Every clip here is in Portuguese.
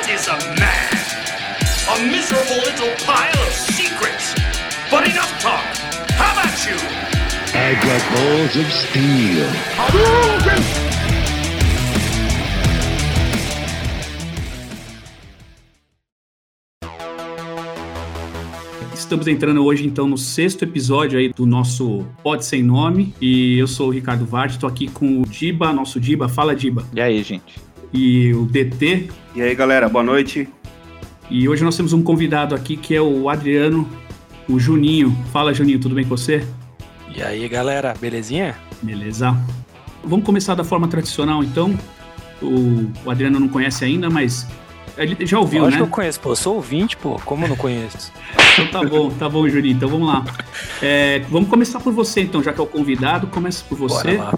is a man? A miserable little pile of secrets. But enough talk. How about you? I've got balls of steel. Estamos entrando hoje, então, no 6º episódio aí do nosso Pod Sem Nome. E eu sou o Ricardo Vard, estou aqui com o Diba, nosso Diba. Fala, Diba. E aí, gente? E o DT. E aí, galera, boa noite. E hoje nós temos um convidado aqui que é o Adriano, o Juninho. Fala, Juninho, tudo bem com você? E aí, galera, belezinha? Beleza. Vamos começar da forma tradicional, então. O Adriano não conhece ainda, mas ele já ouviu, Lógico né? que eu conheço, pô. Eu sou ouvinte, pô. Como eu não conheço? Então tá bom, Juninho. Então vamos lá. Vamos começar por você, então, já que é o convidado. Começa por você. Bora lá.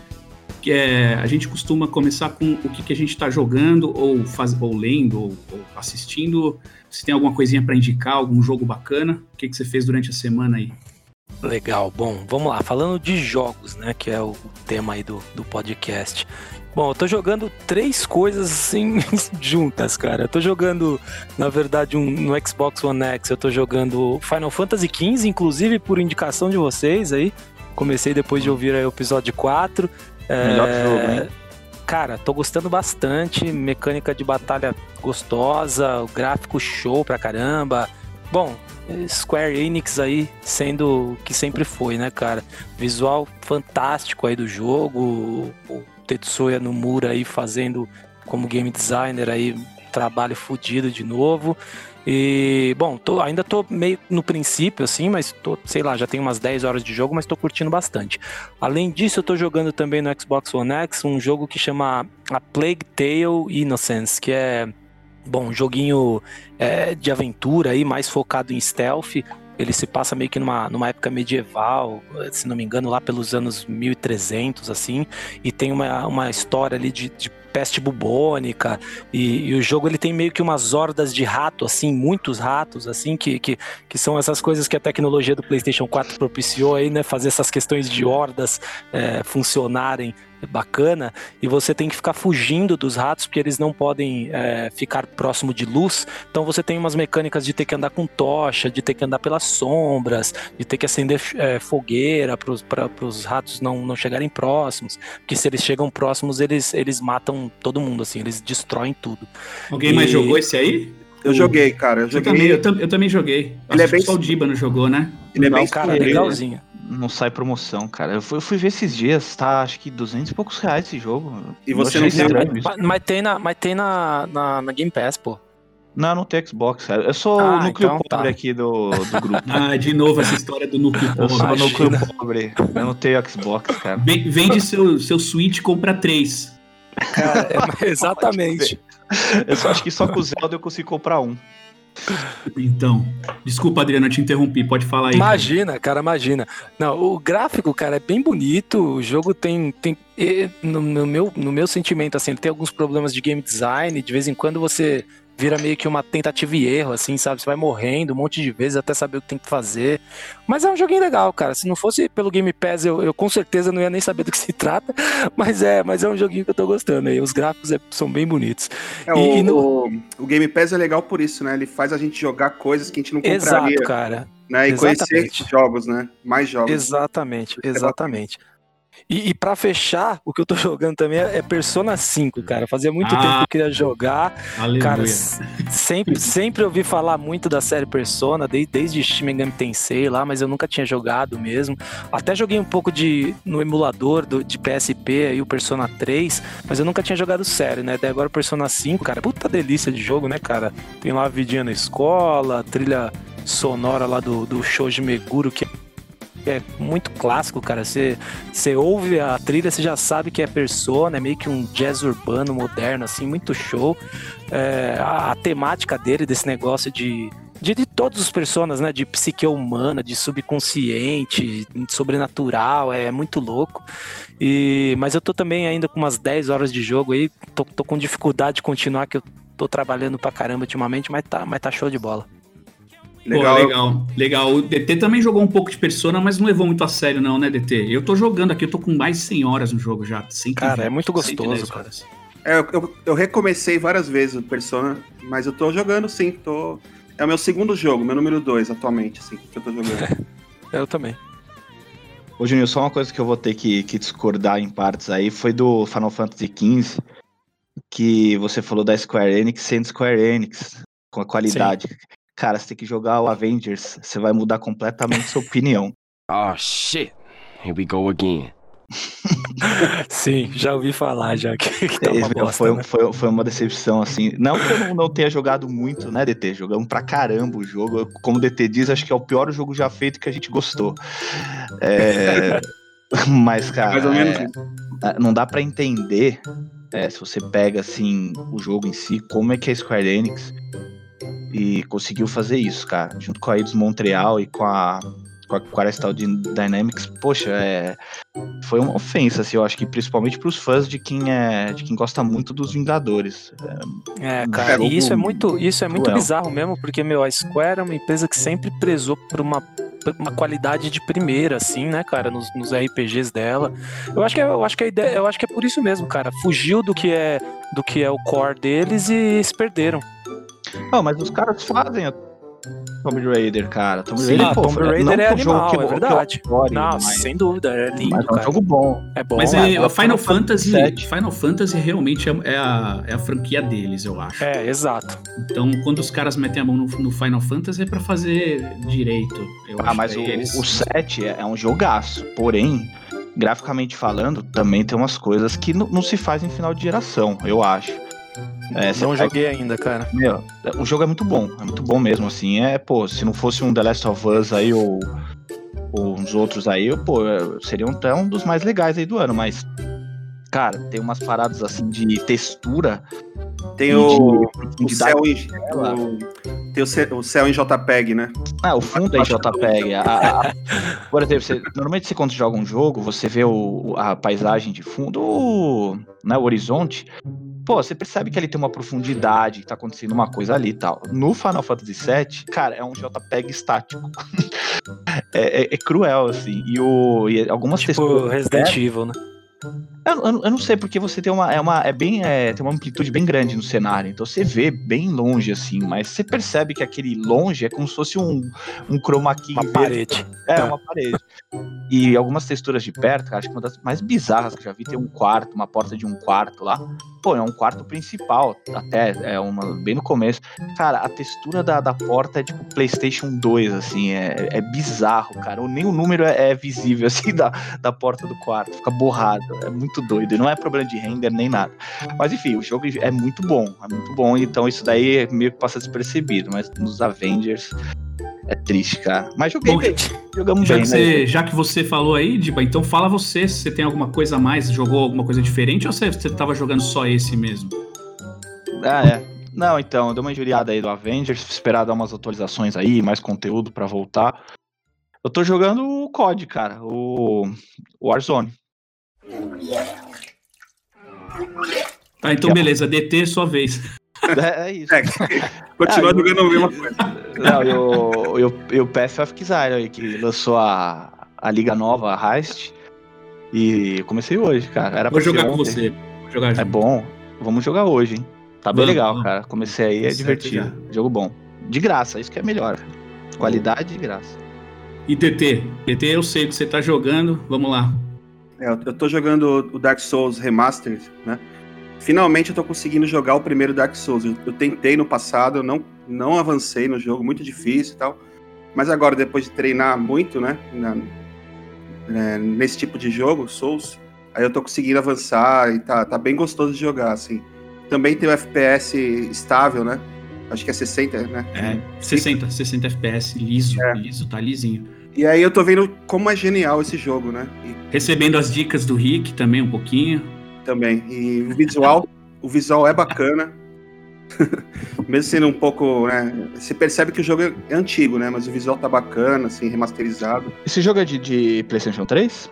A gente costuma começar com o que a gente está jogando, ou lendo, ou assistindo. Se tem alguma coisinha para indicar, algum jogo bacana, o que você fez durante a semana aí? Legal, bom, vamos lá. Falando de jogos, né, que é o tema aí do podcast. Bom, eu tô jogando 3 coisas assim juntas, cara. Eu tô jogando, na verdade, no Xbox One X, eu tô jogando Final Fantasy XV, inclusive por indicação de vocês aí. Comecei depois de ouvir aí o episódio 4. Melhor jogo, hein? Cara, tô gostando bastante, mecânica de batalha gostosa, o gráfico show pra caramba. Bom, Square Enix aí sendo o que sempre foi, né, cara? Visual fantástico aí do jogo, o Tetsuya Nomura aí fazendo como game designer aí trabalho fodido de novo. E, bom, ainda tô meio no princípio, assim, mas sei lá, já tem umas 10 horas de jogo, mas tô curtindo bastante. Além disso, eu tô jogando também no Xbox One X um jogo que chama A Plague Tale Innocence, que é, bom, um joguinho de aventura aí, mais focado em stealth. Ele se passa meio que numa época medieval, se não me engano, lá pelos anos 1300, assim, e tem uma história ali de peste bubônica, e o jogo ele tem meio que umas hordas de rato, assim, muitos ratos, assim, que são essas coisas que a tecnologia do PlayStation 4 propiciou aí, né, fazer essas questões de hordas funcionarem bacana, e você tem que ficar fugindo dos ratos, porque eles não podem ficar próximo de luz, então você tem umas mecânicas de ter que andar com tocha, de ter que andar pelas sombras, de ter que acender fogueira para os ratos não chegarem próximos, porque se eles chegam próximos, eles matam todo mundo, assim, eles destroem tudo. Alguém mais jogou esse aí? Eu joguei, cara. Eu também joguei. Ele Acho que só o Diba não jogou, né? Ele é bem cara, legalzinho. Não sai promoção, cara. Eu fui ver esses dias, tá? Acho que 200 e poucos reais esse jogo. E você Eu não achei tem- estranho isso. Mas tem na Game Pass, pô. Não tenho Xbox, cara. Eu sou o núcleo então pobre tá. aqui do grupo. Ah, de novo essa história do núcleo Eu sou o pobre. núcleo pobre. Eu não tenho Xbox, cara. Vende seu Switch e compra 3. Cara, exatamente. Eu só acho que só com o Zelda eu consigo comprar um. Então, desculpa, Adriano, eu te interrompi, pode falar aí. Imagina, cara, imagina. Não, o gráfico, cara, é bem bonito. O jogo tem no meu sentimento, assim, ele tem alguns problemas de game design. De vez em quando você vira meio que uma tentativa e erro, assim, sabe? Você vai morrendo um monte de vezes até saber o que tem que fazer. Mas é um joguinho legal, cara. Se não fosse pelo Game Pass, eu com certeza não ia nem saber do que se trata. Mas é um joguinho que eu tô gostando aí. Os gráficos são bem bonitos. O Game Pass é legal por isso, né? Ele faz a gente jogar coisas que a gente não compraria. Exato, cara. Né? E Exatamente. conhecer jogos, né? Mais jogos. Exatamente. E pra fechar, o que eu tô jogando também é Persona 5, cara. Fazia muito tempo que eu queria jogar. Aleluia. Cara, sempre ouvi falar muito da série Persona, desde Shin Megami Tensei lá, mas eu nunca tinha jogado mesmo. Até joguei um pouco no emulador de PSP, aí o Persona 3, mas eu nunca tinha jogado sério, né? Daí agora o Persona 5, cara, puta delícia de jogo, né, cara? Tem lá a vidinha na escola, a trilha sonora lá do Shoji Meguro, que é muito clássico, cara. Você ouve a trilha, você já sabe que é Persona, é meio que um jazz urbano moderno, assim, muito show. A temática dele, desse negócio de todos os personas, né, de psique humana, de subconsciente, de sobrenatural, é muito louco. Mas eu tô também ainda com umas 10 horas de jogo aí, tô com dificuldade de continuar, que eu tô trabalhando pra caramba ultimamente, mas tá show de bola. Legal. O DT também jogou um pouco de Persona, mas não levou muito a sério não, né, DT? Eu tô jogando aqui, eu tô com mais de 100 horas no jogo já. Cara, é muito gostoso, cara. Eu recomecei várias vezes o Persona, mas eu tô jogando sim, É o meu segundo jogo, meu número 2 atualmente, assim, que eu tô jogando. Eu também. Ô, Juninho, só uma coisa que eu vou ter que discordar em partes aí foi do Final Fantasy XV, que você falou da Square Enix sendo Square Enix, com a qualidade. Sim. Cara, você tem que jogar o Avengers, você vai mudar completamente sua opinião. Oh, shit. Here we go again. Sim, já ouvi falar já que tá uma bosta, né? Foi uma decepção, assim. Não que eu não tenha jogado muito, né, DT? Jogamos pra caramba o jogo. Como o DT diz, acho que é o pior jogo já feito que a gente gostou. Mas, cara, mais ou menos não dá pra entender, se você pega, assim, o jogo em si, como é que a Square Enix e conseguiu fazer isso, cara. Junto com a Eidos Montreal e com a Crystal Dynamics, poxa, foi uma ofensa, assim, eu acho que principalmente pros fãs de quem gosta muito dos Vingadores. Cara, e isso é muito bizarro mesmo, porque, a Square é uma empresa que sempre prezou por uma qualidade de primeira, assim, né, cara, nos RPGs dela. Eu acho que é por isso mesmo, cara. Fugiu do que é o core deles e se perderam. Não, mas os caras fazem Tomb Raider, cara. Tomb Raider é animal, é verdade. Não, sem dúvida, é lindo, mas cara. É um jogo bom. É bom. Mas Final Fantasy realmente é a franquia deles, eu acho. Exato. Então, quando os caras metem a mão no Final Fantasy é pra fazer direito. Mas o 7 é um jogaço. Porém, graficamente falando, também tem umas coisas que não se faz em final de geração, eu acho. Não joguei ainda, cara. O jogo é muito bom mesmo, assim. Se não fosse um The Last of Us aí ou uns outros aí, seria até um dos mais legais aí do ano, mas, cara, tem umas paradas assim de textura. Tem o céu em JPEG, né? O fundo é em JPEG. Por exemplo, normalmente você, quando joga um jogo, você vê a paisagem de fundo, o horizonte. Você percebe que ali tem uma profundidade, que tá acontecendo uma coisa ali e tal. No Final Fantasy VII, cara, é um JPEG estático. É cruel, assim. E algumas texturas... Resident Evil, né? Eu não sei, porque você tem tem uma amplitude bem grande no cenário, então você vê bem longe, assim, mas você percebe que aquele longe é como se fosse um chroma key uma parede. Uma parede. E algumas texturas de perto, cara, acho que uma das mais bizarras que eu já vi, tem uma porta de um quarto lá. É um quarto principal, até, bem no começo. Cara, a textura da porta é tipo PlayStation 2, assim, é bizarro, cara. Nem o número é visível, assim, da porta do quarto, fica borrado, é muito doido, e não é problema de render nem nada. Mas enfim, o jogo é muito bom, então isso daí meio que passa despercebido, mas nos Avengers é triste, cara. Mas jogamos bem, né? Já que você falou aí, Diba, então fala se você tem alguma coisa a mais, jogou alguma coisa diferente, ou você tava jogando só esse mesmo? Não, então, eu dei uma injuriada aí do Avengers, esperar dar umas atualizações aí, mais conteúdo pra voltar. Eu tô jogando o COD, cara, o Warzone. Então beleza, DT, sua vez. É isso. Continua jogando a mesma coisa. E o Path of Exile aí, que lançou a Liga Nova, a Heist. E eu comecei hoje, cara. Vou jogar com você. Vou jogar junto. É bom. Vamos jogar hoje, hein? Tá bem legal, cara. Comecei aí, é divertido. Já. Jogo bom. De graça, isso que é melhor. Qualidade de graça. E TT, eu sei que você tá jogando. Vamos lá. Eu tô jogando o Dark Souls Remastered, né? Finalmente eu tô conseguindo jogar o primeiro Dark Souls. Eu tentei no passado, eu não avancei no jogo, muito difícil e tal. Mas agora, depois de treinar muito, né? Nesse tipo de jogo, Souls, aí eu tô conseguindo avançar e tá bem gostoso de jogar, assim. Também tem o FPS estável, né? Acho que é 60, né? 60 FPS, liso, tá lisinho. E aí eu tô vendo como é genial esse jogo, né? Recebendo as dicas do Rick também um pouquinho. Também. E o visual é bacana. Mesmo sendo um pouco, né? Você percebe que o jogo é antigo, né? Mas o visual tá bacana, assim, remasterizado. Esse jogo é de PlayStation 3?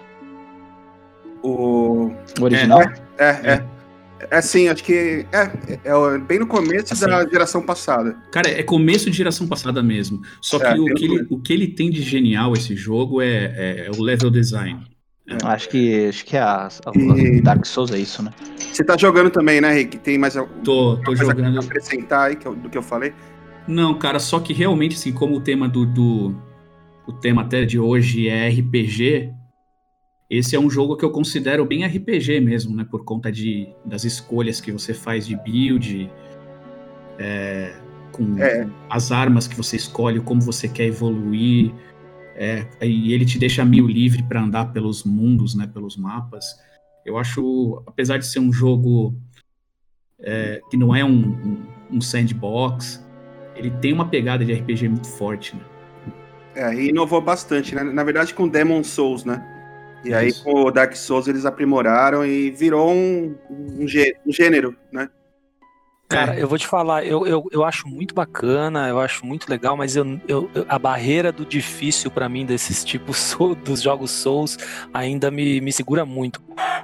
O original? Sim, acho que é bem no começo da geração passada. Cara, é começo de geração passada mesmo. Só que o que ele tem de genial, esse jogo, é o level design. Acho que E- Dark Souls é isso, né? Você tá jogando também, né, Rick? Tem mais alguma Tô coisa jogando. pra acrescentar aí do que eu falei? Não, cara, só que realmente, assim, como o tema o tema até de hoje é RPG, esse é um jogo que eu considero bem RPG mesmo, né? Por conta das escolhas que você faz de build, com as armas que você escolhe, como você quer evoluir, e ele te deixa meio livre para andar pelos mundos, né? Pelos mapas. Eu acho, apesar de ser um jogo que não é um sandbox, ele tem uma pegada de RPG muito forte, né? E inovou bastante, né? Na verdade, com Demon Souls, né? E aí, Isso. com o Dark Souls, eles aprimoraram e virou um gênero, né? Cara, eu vou te falar, eu acho muito bacana, eu acho muito legal, mas a barreira do difícil pra mim desses tipos dos jogos Souls ainda me segura muito.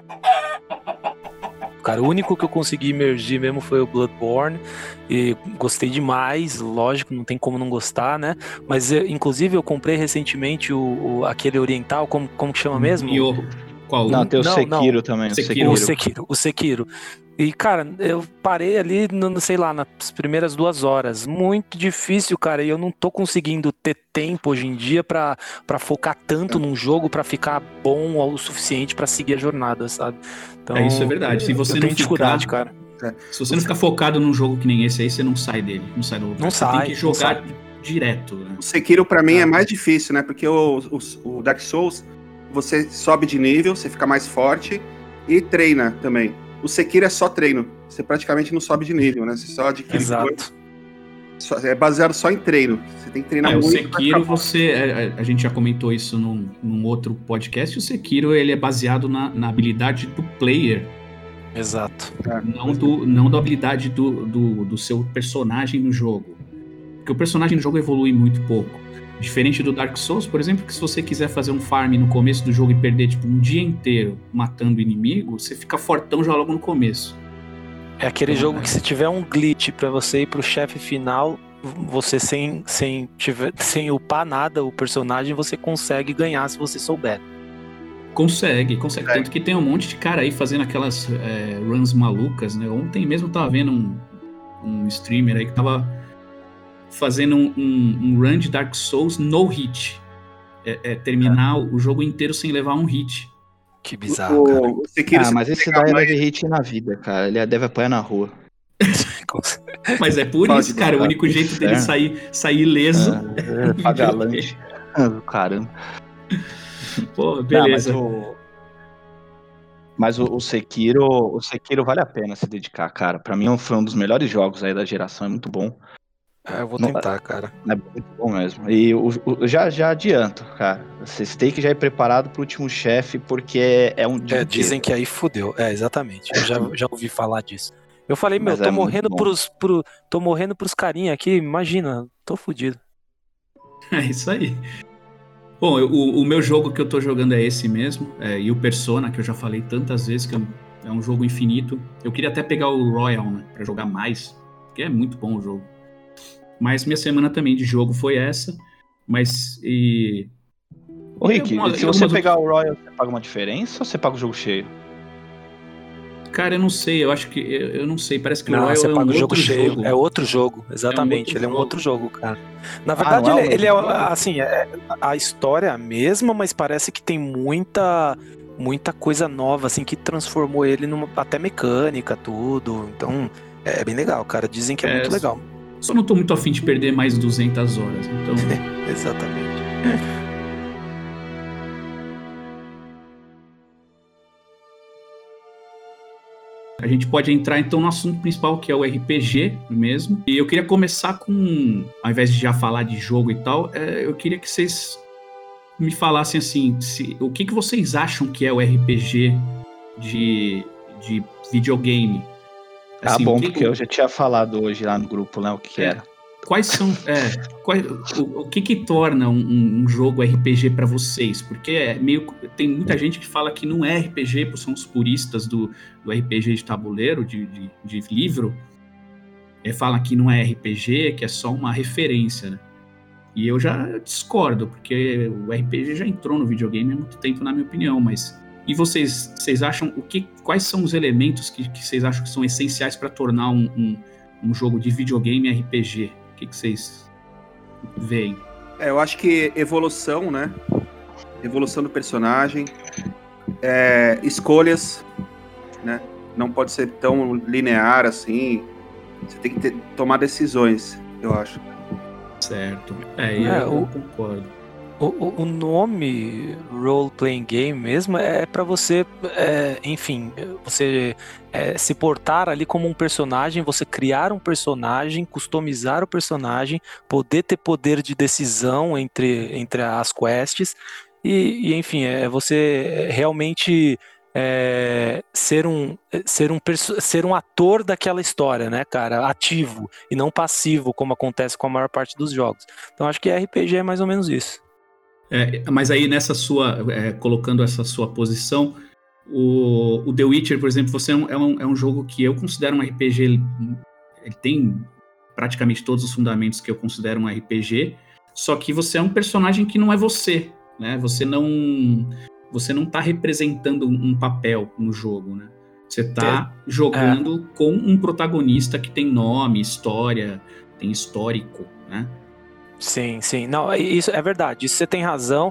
Cara, o único que eu consegui imergir mesmo foi o Bloodborne e gostei demais, lógico, não tem como não gostar, né? Mas, inclusive, eu comprei recentemente aquele oriental, como que chama mesmo? Qual? Não, tem o Sekiro também. O Sekiro. E, cara, eu parei ali, sei lá, nas primeiras 2 horas. Muito difícil, cara, e eu não tô conseguindo ter tempo hoje em dia pra focar tanto num jogo pra ficar bom o suficiente pra seguir a jornada, sabe? Então, isso é verdade. Se você eu não tenho dificuldade, cara. Se você não ficar focado num jogo que nem esse aí, você não sai dele. Não sai do lugar. Não você sai, tem que jogar direto, né? O Sekiro, pra mim, é mais difícil, né? Porque o Dark Souls, você sobe de nível, você fica mais forte e treina também. O Sekiro é só treino. Você praticamente não sobe de nível, né? Você só adquire Exato. É baseado só em treino. Você tem que treinar muito. O Sekiro, a gente já comentou isso num outro podcast. O Sekiro, ele é baseado na habilidade do player. Exato. Não da habilidade do seu personagem no jogo. Porque o personagem no jogo evolui muito pouco. Diferente do Dark Souls, por exemplo, que se você quiser fazer um farm no começo do jogo e perder tipo um dia inteiro matando inimigo, você fica fortão já logo no começo. É aquele jogo que se tiver um glitch pra você ir pro chefe final, você sem upar nada o personagem, você consegue ganhar se você souber. Consegue. Tanto que tem um monte de cara aí fazendo aquelas runs malucas, né? Ontem mesmo eu tava vendo um streamer aí que tava fazendo um run de Dark Souls no hit. Terminar o jogo inteiro sem levar um hit. Que bizarro, cara. O Sekiro, mas esse daí deve hit na vida, cara. Ele deve apanhar na rua. Mas é por isso, cara. O único jeito dele sair ileso é pagar lanche. Caramba. Pô, beleza. Mas o Sekiro vale a pena se dedicar, cara. Pra mim foi um dos melhores jogos aí da geração, é muito bom. Eu vou tentar, cara. É muito bom mesmo. E já adianto, cara. Vocês têm que já ir preparado pro último chefe, porque é um dia dizem que aí fudeu. Exatamente. Eu já ouvi falar disso. Eu falei, Mas tô morrendo pros carinha aqui, imagina, tô fudido. É isso aí. Bom, o meu jogo que eu tô jogando é esse mesmo, e o Persona, que eu já falei tantas vezes, que é um jogo infinito. Eu queria até pegar o Royal, né, pra jogar mais, porque é muito bom o jogo. Mas minha semana também de jogo foi essa, mas... Ô Rick, se você pegar o Royal, você paga uma diferença ou você paga o jogo cheio? Cara, eu não sei, eu acho que... Eu não sei, parece que o Royal você é paga um o jogo outro cheio. jogo. É outro jogo, exatamente, ele é um outro jogo, cara. Na verdade, ele é assim, a história é a mesma, mas parece que tem muita coisa nova, assim, que transformou ele numa até mecânica, tudo. Então, é bem legal, cara. Dizem que é muito legal. Só não tô muito afim de perder mais 200 horas, então... Exatamente. A gente pode entrar então no assunto principal, que é o RPG mesmo. E eu queria começar com, ao invés de já falar de jogo e tal, eu queria que vocês me falassem assim, o que vocês acham que é o RPG de videogame? Assim, porque eu já tinha falado hoje lá no grupo, né, o que era. Quais são, o que torna um jogo RPG pra vocês? Porque tem muita gente que fala que não é RPG, são os puristas do RPG de tabuleiro, de livro, falam que não é RPG, que é só uma referência, né? E eu já discordo, porque o RPG já entrou no videogame há muito tempo, na minha opinião, mas... E vocês acham, quais são os elementos que vocês acham que são essenciais para tornar um jogo de videogame RPG? O que vocês veem? Eu acho que evolução, né? Evolução do personagem, escolhas, né? Não pode ser tão linear assim. Você tem que tomar decisões, eu acho. Certo. Eu concordo. O nome Role Playing Game mesmo é para você, enfim, você se portar ali como um personagem, você criar um personagem, customizar o personagem, poder ter poder de decisão entre as quests e enfim, você realmente ser um ator daquela história, né, cara, ativo e não passivo, como acontece com a maior parte dos jogos. Então acho que RPG é mais ou menos isso. Mas aí nessa sua, colocando essa sua posição, o The Witcher, por exemplo, você é um jogo que eu considero um RPG, ele tem praticamente todos os fundamentos que eu considero um RPG, só que você é um personagem que não é você, né? Você não tá representando um papel no jogo, né? Você tá jogando com um protagonista que tem nome, história, tem histórico, né? Sim. Não, isso é verdade, isso você tem razão.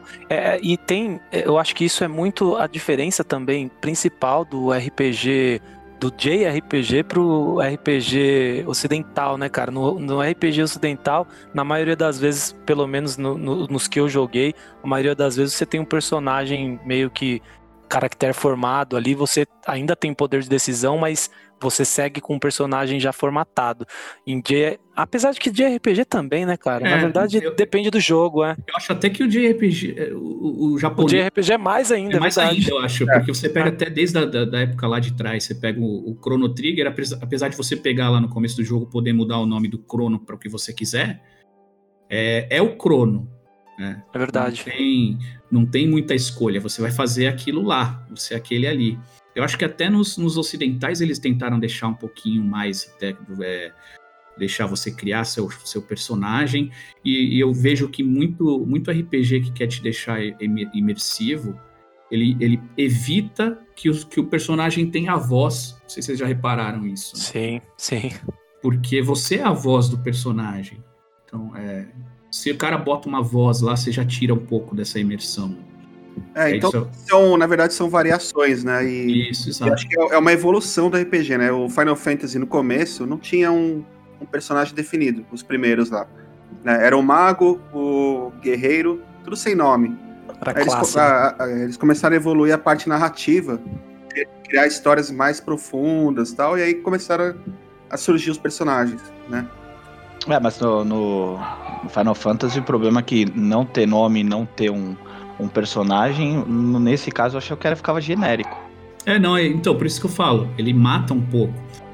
Eu acho que isso é muito a diferença também principal do RPG, do JRPG pro RPG ocidental, né, cara? No RPG ocidental, na maioria das vezes, pelo menos nos que eu joguei, a maioria das vezes você tem um personagem meio que caractere formado ali, você ainda tem poder de decisão, mas você segue com um personagem já formatado. Apesar de que JRPG também, né, cara? Na verdade, depende do jogo, Eu acho até que o JRPG, o japonês... O JRPG é mais ainda, mais ainda, eu acho, porque você pega até desde da época lá de trás, você pega o Chrono Trigger, apesar de você pegar lá no começo do jogo, poder mudar o nome do Chrono para o que você quiser, é o Chrono. Né? É verdade. Não tem muita escolha, você vai fazer aquilo lá, você é aquele ali. Eu acho que até nos ocidentais eles tentaram deixar um pouquinho mais, até deixar você criar seu personagem, e eu vejo que muito RPG que quer te deixar imersivo, ele evita que o personagem tenha voz. Não sei se vocês já repararam isso. Né? Sim. Porque você é a voz do personagem. Então, se o cara bota uma voz lá, você já tira um pouco dessa imersão. Então, na verdade, são variações, né? Isso, exato. Eu acho que é uma evolução do RPG, né? O Final Fantasy, no começo, não tinha um personagem definido, os primeiros lá. Né? Era o mago, o guerreiro, tudo sem nome. Eles começaram a evoluir a parte narrativa, criar histórias mais profundas e tal, e aí começaram a surgir os personagens, né? Mas no Final Fantasy o problema é que não ter nome, não ter um personagem, nesse caso eu acho que ficava genérico. Então, por isso que eu falo, ele mata um pouco.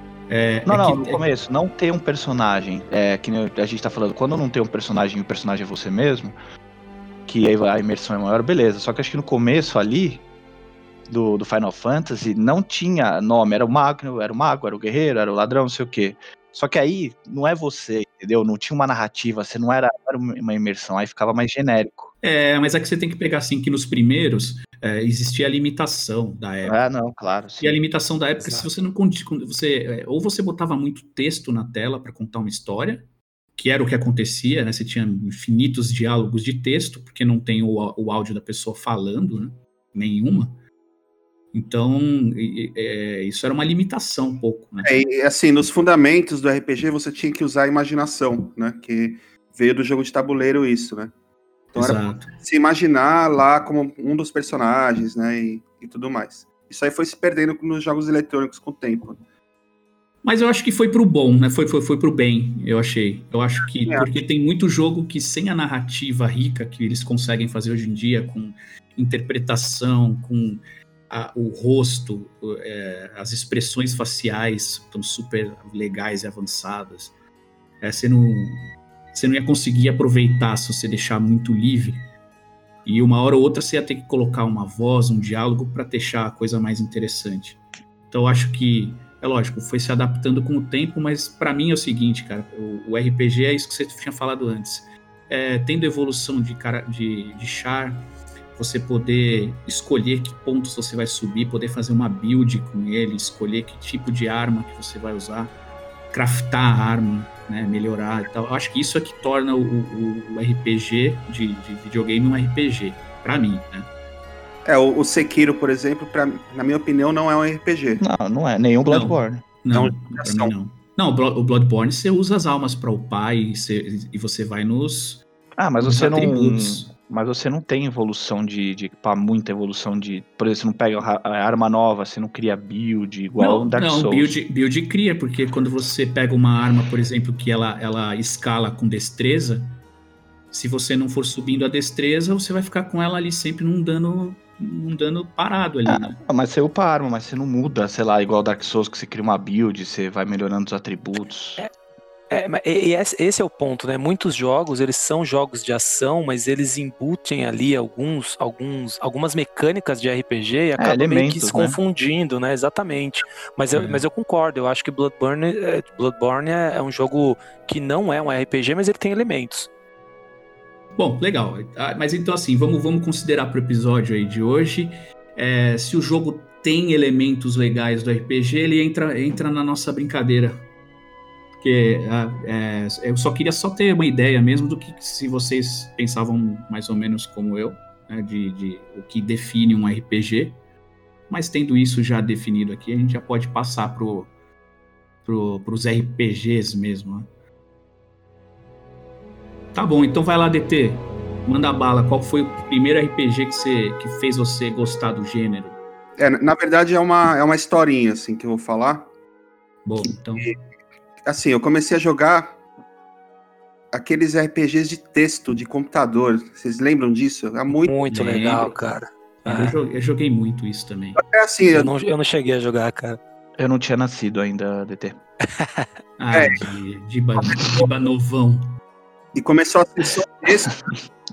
No começo, não ter um personagem, que a gente tá falando, quando não tem um personagem e o personagem é você mesmo, que aí a imersão é maior, beleza, só que acho que no começo ali, do Final Fantasy, não tinha nome, era o mago, era o guerreiro, era o ladrão, não sei o quê. Só que aí, não é você, entendeu? Não tinha uma narrativa, você não era uma imersão, aí ficava mais genérico. Mas é que você tem que pegar assim, que nos primeiros existia a limitação da época. Não, claro. Sim. E a limitação da época, se você não... ou você botava muito texto na tela para contar uma história, que era o que acontecia, né? Você tinha infinitos diálogos de texto, porque não tem o áudio da pessoa falando, né? Nenhuma. Então, isso era uma limitação um pouco, né? E assim, nos fundamentos do RPG, você tinha que usar a imaginação, né? Que veio do jogo de tabuleiro isso, né? Então Exato. Era se imaginar lá como um dos personagens, né? E tudo mais. Isso aí foi se perdendo nos jogos eletrônicos com o tempo. Mas eu acho que foi pro bom, né? Foi pro bem, eu achei. Eu acho que... Porque tem muito jogo que sem a narrativa rica que eles conseguem fazer hoje em dia, com interpretação, com... o rosto, as expressões faciais estão super legais e avançadas. Você não ia conseguir aproveitar se você deixar muito livre. E uma hora ou outra você ia ter que colocar uma voz, um diálogo para deixar a coisa mais interessante. Então eu acho que, lógico, foi se adaptando com o tempo, mas para mim é o seguinte, cara, o RPG é isso que você tinha falado antes. tendo evolução de char, você poder escolher que pontos você vai subir, poder fazer uma build com ele, escolher que tipo de arma que você vai usar, craftar a arma, né, melhorar e tal. Eu acho que isso é que torna o RPG de videogame um RPG, pra mim, né? O Sekiro, por exemplo, na minha opinião, não é um RPG. Não é. Nenhum Bloodborne. Não, pra mim não. Não, o Bloodborne você usa as almas pra upar e você vai nos mas nos você atributos. não... Mas você não tem evolução de equipar, muita evolução de... Por exemplo, você não pega a arma nova, você não cria build igual no Dark Souls. Não, build cria, porque quando você pega uma arma, por exemplo, que ela escala com destreza, se você não for subindo a destreza, você vai ficar com ela ali sempre num dano parado ali, né? Mas você upa a arma, mas você não muda, sei lá, igual Dark Souls, que você cria uma build, você vai melhorando os atributos. Esse é o ponto, né? Muitos jogos, eles são jogos de ação, mas eles embutem ali algumas mecânicas de RPG e acabam meio que se confundindo, né? Exatamente. Mas eu concordo, eu acho que Bloodborne é um jogo que não é um RPG, mas ele tem elementos. Bom, legal. Mas então assim, vamos considerar pro episódio aí de hoje, se o jogo tem elementos legais do RPG, ele entra na nossa brincadeira. Porque eu só queria ter uma ideia mesmo do que se vocês pensavam mais ou menos como eu, né, de o que define um RPG. Mas tendo isso já definido aqui, a gente já pode passar pros RPGs mesmo, né? Tá bom, então vai lá, DT. Manda bala. Qual foi o primeiro RPG que fez você gostar do gênero? Na verdade é uma historinha, assim, que eu vou falar. Bom, então... Assim, eu comecei a jogar aqueles RPGs de texto, de computador. Vocês lembram disso? É muito legal, cara. Eu joguei muito isso também. Assim, eu não cheguei a jogar, cara. Eu não tinha nascido ainda, DT. Diba novão. E começou a ser só texto.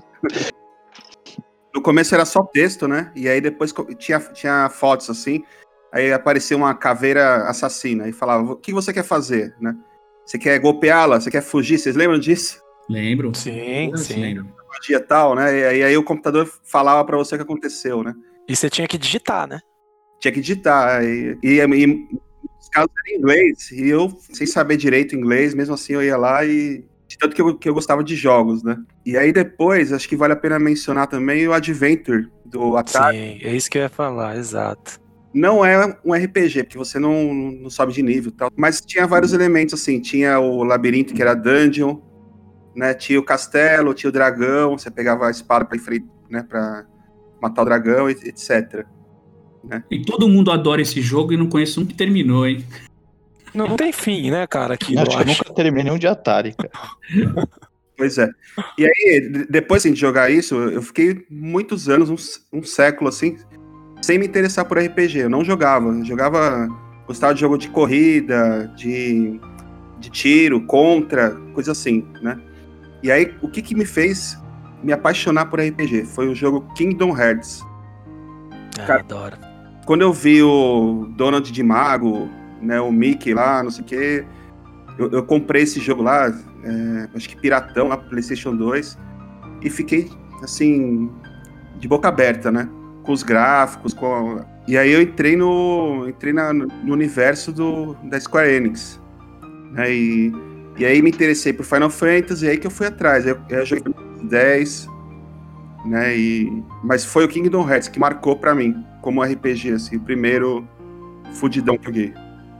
No começo era só texto, né? E aí depois tinha fotos assim. Aí apareceu uma caveira assassina e falava, o que você quer fazer, né? Você quer golpeá-la? Você quer fugir? Vocês lembram disso? Lembro. Sim. Dia tal, né? E aí o computador falava pra você o que aconteceu, né? E você tinha que digitar, né? Tinha que digitar. E os casos eram em inglês. E eu, sem saber direito inglês, mesmo assim eu ia lá e... De tanto que eu gostava de jogos, né? E aí depois, acho que vale a pena mencionar também o Adventure do Atari. Sim, é isso que eu ia falar, exato. Não é um RPG, porque você não sobe de nível e tal. Mas tinha vários elementos, assim. Tinha o labirinto, que era dungeon, né? Tinha o castelo, tinha o dragão. Você pegava a espada pra matar o dragão, etc. Né? E todo mundo adora esse jogo e não conheço um que terminou, hein? Não tem fim, né, cara? Acho que eu nunca terminei nenhum de Atari, cara. Pois é. E aí, depois assim, de jogar isso, eu fiquei muitos anos, um século, assim... sem me interessar por RPG, eu não jogava. Gostava de jogo de corrida, de tiro, contra, coisa assim, né? E aí, o que me fez me apaixonar por RPG? Foi o jogo Kingdom Hearts. Cara, adoro. Quando eu vi o Donald de Mago, né, o Mickey lá, não sei o quê, eu comprei esse jogo lá, acho que piratão, lá pro PlayStation 2, e fiquei, assim, de boca aberta, né? Com os gráficos, e aí eu entrei no universo da Square Enix, né, e aí me interessei por Final Fantasy, e aí que eu fui atrás, eu joguei 10, né, mas foi o Kingdom Hearts que marcou pra mim, como RPG, assim, o primeiro fudidão que eu joguei.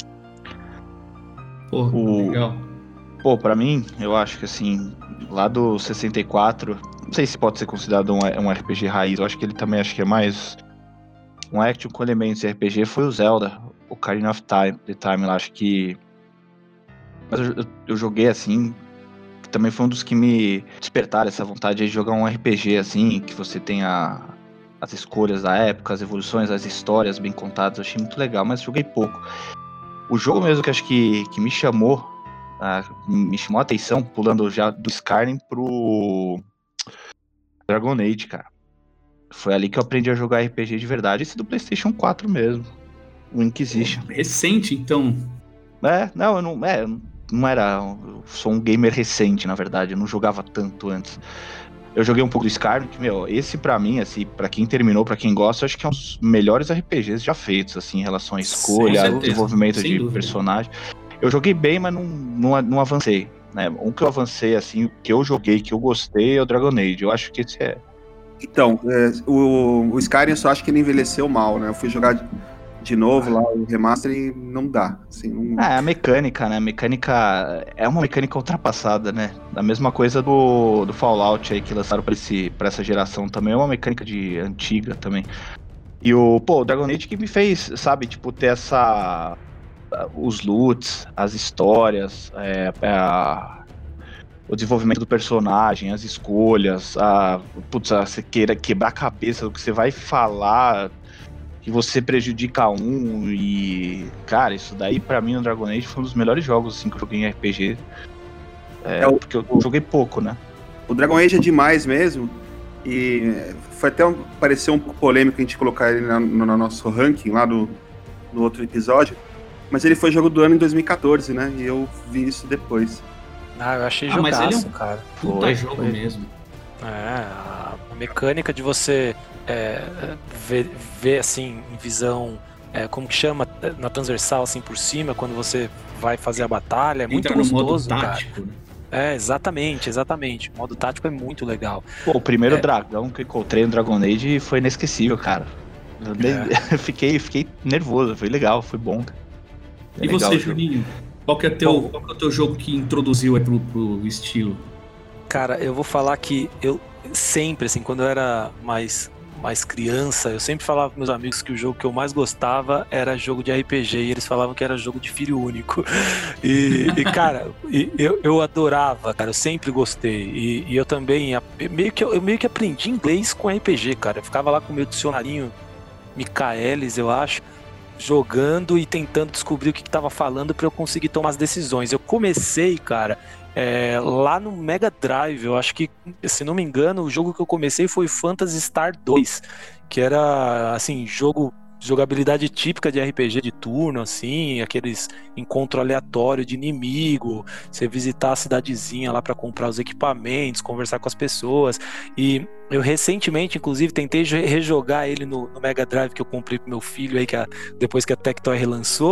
Legal. Pô, pra mim, eu acho que assim, lá do 64, não sei se pode ser considerado um RPG raiz, eu acho que ele também é mais um action com elementos de RPG, foi o Zelda, o Ocarina of the Time lá, acho que... Mas eu joguei assim, que também foi um dos que me despertaram essa vontade de jogar um RPG assim, que você tem as escolhas da época, as evoluções, as histórias bem contadas, eu achei muito legal, mas joguei pouco. O jogo mesmo que acho que me chamou a atenção, pulando já do Skyrim pro Dragon Age, cara. Foi ali que eu aprendi a jogar RPG de verdade, esse do PlayStation 4 mesmo, o Inquisition. Recente, então. Eu não não era... Eu sou um gamer recente, na verdade, eu não jogava tanto antes. Eu joguei um pouco do Skyrim, que, esse pra mim, assim, pra quem terminou, pra quem gosta, eu acho que é um dos melhores RPGs já feitos, assim, em relação à escolha, ao desenvolvimento de personagem. Eu joguei bem, mas não avancei, né? Um que eu avancei, assim, que eu joguei, que eu gostei, é o Dragon Age. Eu acho que esse é... Então, o Skyrim eu só acho que ele envelheceu mal, né? Eu fui jogar de novo lá o remaster e não dá. Assim, não... a mecânica, né? A mecânica é uma mecânica ultrapassada, né? A mesma coisa do Fallout aí que lançaram pra essa geração também. É uma mecânica antiga também. E o Dragon Age que me fez, sabe, tipo, ter os loots, as histórias, o desenvolvimento do personagem, as escolhas, você queira quebrar a cabeça do que você vai falar, que você prejudica e... Cara, isso daí pra mim no Dragon Age foi um dos melhores jogos assim, que eu joguei em RPG. Porque eu joguei pouco, né? O Dragon Age é demais mesmo, e foi até pareceu um pouco polêmico a gente colocar ele no nosso ranking lá no outro episódio, mas ele foi jogo do ano em 2014, né? E eu vi isso depois. Eu achei jogaço, mas ele cara. Puta jogo mesmo. A mecânica de você ver assim, em visão, como que chama, na transversal, assim, por cima, quando você vai fazer a batalha, é muito gostoso, modo tático, cara. Exatamente. O modo tático é muito legal. O primeiro dragão que encontrei no Dragon Age foi inesquecível, cara. Eu fiquei nervoso, foi legal, foi bom. E legal, você, Juninho? Qual que é o teu jogo que introduziu aí pro estilo? Cara, eu vou falar que eu sempre, assim, quando eu era mais criança, eu sempre falava pros meus amigos que o jogo que eu mais gostava era jogo de RPG, e eles falavam que era jogo de filho único. E cara, eu adorava, cara, eu sempre gostei. E eu também, eu meio que aprendi inglês com RPG, cara. Eu ficava lá com o meu dicionarinho Michaelis, eu acho, jogando e tentando descobrir o que estava falando para eu conseguir tomar as decisões. Eu comecei, cara, lá no Mega Drive. Eu acho que, se não me engano, o jogo que eu comecei foi Phantasy Star 2, que era, assim, jogabilidade típica de RPG de turno, assim, aqueles encontro aleatório de inimigo, você visitar a cidadezinha lá para comprar os equipamentos, conversar com as pessoas. E eu recentemente, inclusive, tentei rejogar ele no Mega Drive que eu comprei pro meu filho aí, depois que a Tectoy relançou.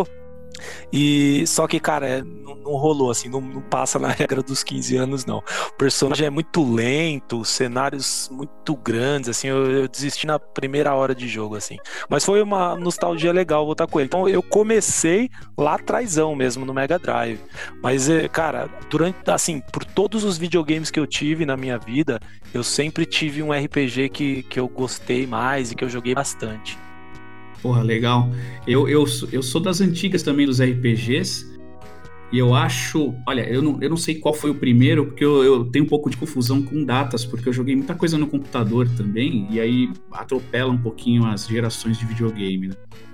E só que, cara, não rolou, assim, não passa na regra dos 15 anos, não. O personagem é muito lento, cenários muito grandes, assim, eu desisti na primeira hora de jogo, assim. Mas foi uma nostalgia legal voltar com ele. Então eu comecei lá atrásão mesmo, no Mega Drive. Mas, cara, por todos os videogames que eu tive na minha vida, eu sempre tive um RPG que eu gostei mais e que eu joguei bastante. Porra, legal. Eu sou das antigas também dos RPGs. E eu acho... Olha, eu não sei qual foi o primeiro, porque eu tenho um pouco de confusão com datas, porque eu joguei muita coisa no computador também, e aí atropela um pouquinho as gerações de videogame, né?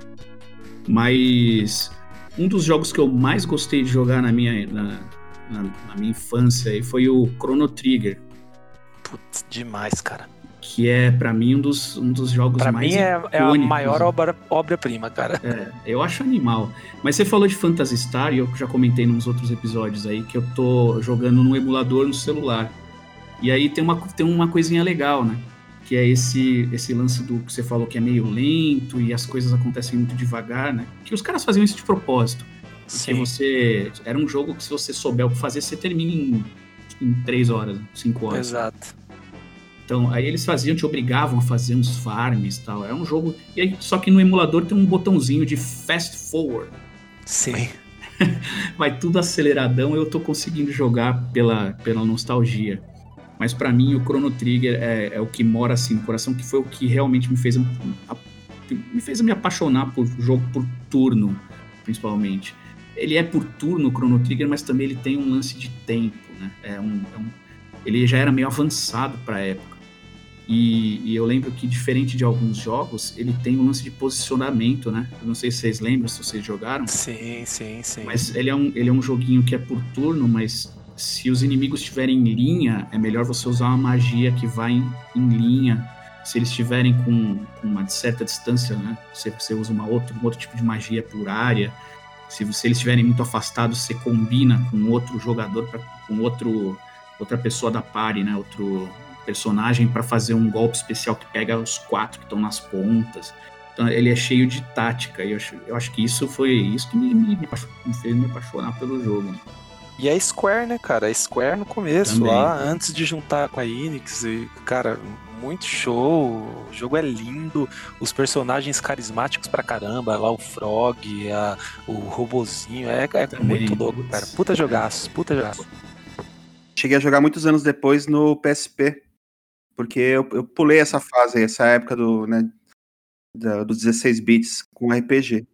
Mas um dos jogos que eu mais gostei de jogar na minha infância aí foi o Chrono Trigger. Putz, demais, cara. Que é, pra mim, um dos jogos pra mais mim é a maior obra-prima, cara. Eu acho animal. Mas você falou de Phantasy Star, e eu já comentei nos outros episódios aí, que eu tô jogando no emulador no celular. E aí tem uma coisinha legal, né? Que é esse lance do que você falou, que é meio lento e as coisas acontecem muito devagar, né? Que os caras faziam isso de propósito. Porque era um jogo que, se você souber o que fazer, você termina em 3 horas, 5 horas. Exato. Então, aí eles te obrigavam a fazer uns farms e tal. É um jogo... E aí, só que no emulador tem um botãozinho de fast forward. Sim. Vai tudo aceleradão, eu tô conseguindo jogar pela nostalgia. Mas pra mim, o Chrono Trigger é o que mora assim no coração, que foi o que realmente me fez me apaixonar por jogo por turno, principalmente. Ele é por turno, o Chrono Trigger, mas também ele tem um lance de tempo, né? Ele já era meio avançado pra época. E eu lembro que, diferente de alguns jogos, ele tem um lance de posicionamento, né? Eu não sei se vocês lembram, se vocês jogaram. Sim. Mas ele é um joguinho que é por turno, mas se os inimigos estiverem em linha, é melhor você usar uma magia que vai em linha. Se eles estiverem com uma certa distância, né? Você usa um outro tipo de magia por área. Se eles estiverem muito afastados, você combina com outro jogador, com outra pessoa da party, né? Outro personagem para fazer um golpe especial que pega os 4 que estão nas pontas. Então ele é cheio de tática. E eu acho que isso foi isso que me fez me apaixonar pelo jogo. Né? E a Square, né, cara? A Square no começo, Também. lá, antes de juntar com a Enix. E, cara, muito show. O jogo é lindo. Os personagens carismáticos pra caramba. Lá o Frog, o robozinho. É muito louco, cara. Puta jogaço. Cheguei a jogar muitos anos depois no PSP. Porque eu pulei essa fase, essa época dos 16 bits com RPG.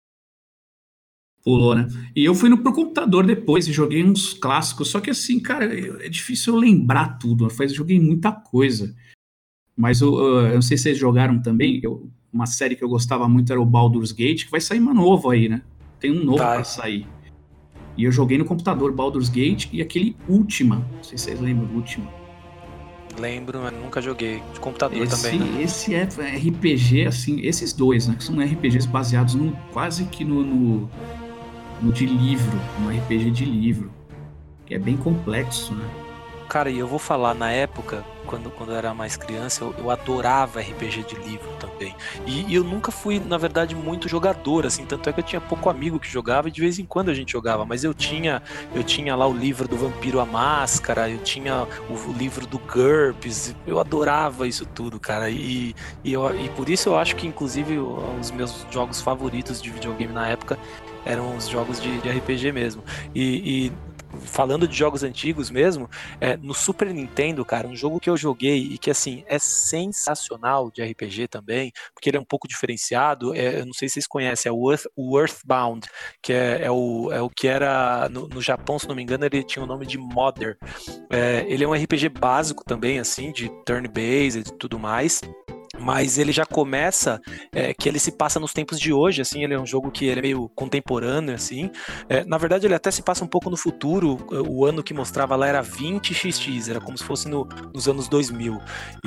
Pulou, né? E eu fui pro computador depois e joguei uns clássicos. Só que assim, cara, é difícil eu lembrar tudo. Eu joguei muita coisa. Mas eu não sei se vocês jogaram também. Uma série que eu gostava muito era o Baldur's Gate, que vai sair uma nova aí, né? Tem um novo pra sair. E eu joguei no computador Baldur's Gate e aquele Ultima. Não sei se vocês lembram do Ultima. Lembro, mas nunca joguei. De computador também, né? Esse é RPG, assim, esses dois, né? Que são RPGs baseados quase que no de livro, no RPG de livro. Que é bem complexo, né? Cara, e eu vou falar, na época, quando eu era mais criança, eu adorava RPG de livro também. E eu nunca fui, na verdade, muito jogador, assim, tanto é que eu tinha pouco amigo que jogava e de vez em quando a gente jogava, mas eu tinha lá o livro do Vampiro à Máscara, eu tinha o livro do GURPS, eu adorava isso tudo, cara. E por isso eu acho que, inclusive, os meus jogos favoritos de videogame na época eram os jogos de RPG mesmo. E falando de jogos antigos mesmo, no Super Nintendo, cara, um jogo que eu joguei e que, assim, é sensacional de RPG também, porque ele é um pouco diferenciado, eu não sei se vocês conhecem, é o Earthbound, que é o que era, no Japão, se não me engano, ele tinha o nome de Modder. Ele é um RPG básico também, assim, de turn-based e tudo mais, mas ele já começa que ele se passa nos tempos de hoje, assim, ele é um jogo que ele é meio contemporâneo, assim, na verdade ele até se passa um pouco no futuro, o ano que mostrava lá era 20XX, era como se fosse nos anos 2000,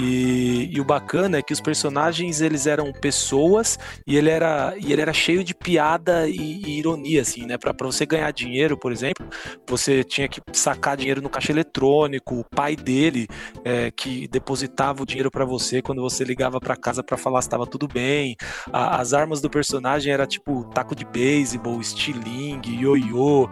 e o bacana é que os personagens, eles eram pessoas, e ele era cheio de piada e ironia, assim, né, pra você ganhar dinheiro, por exemplo, você tinha que sacar dinheiro no caixa eletrônico, o pai dele, que depositava o dinheiro pra você quando você ligava pra casa pra falar se tava tudo bem. As armas do personagem era tipo taco de beisebol, estilingue, ioiô.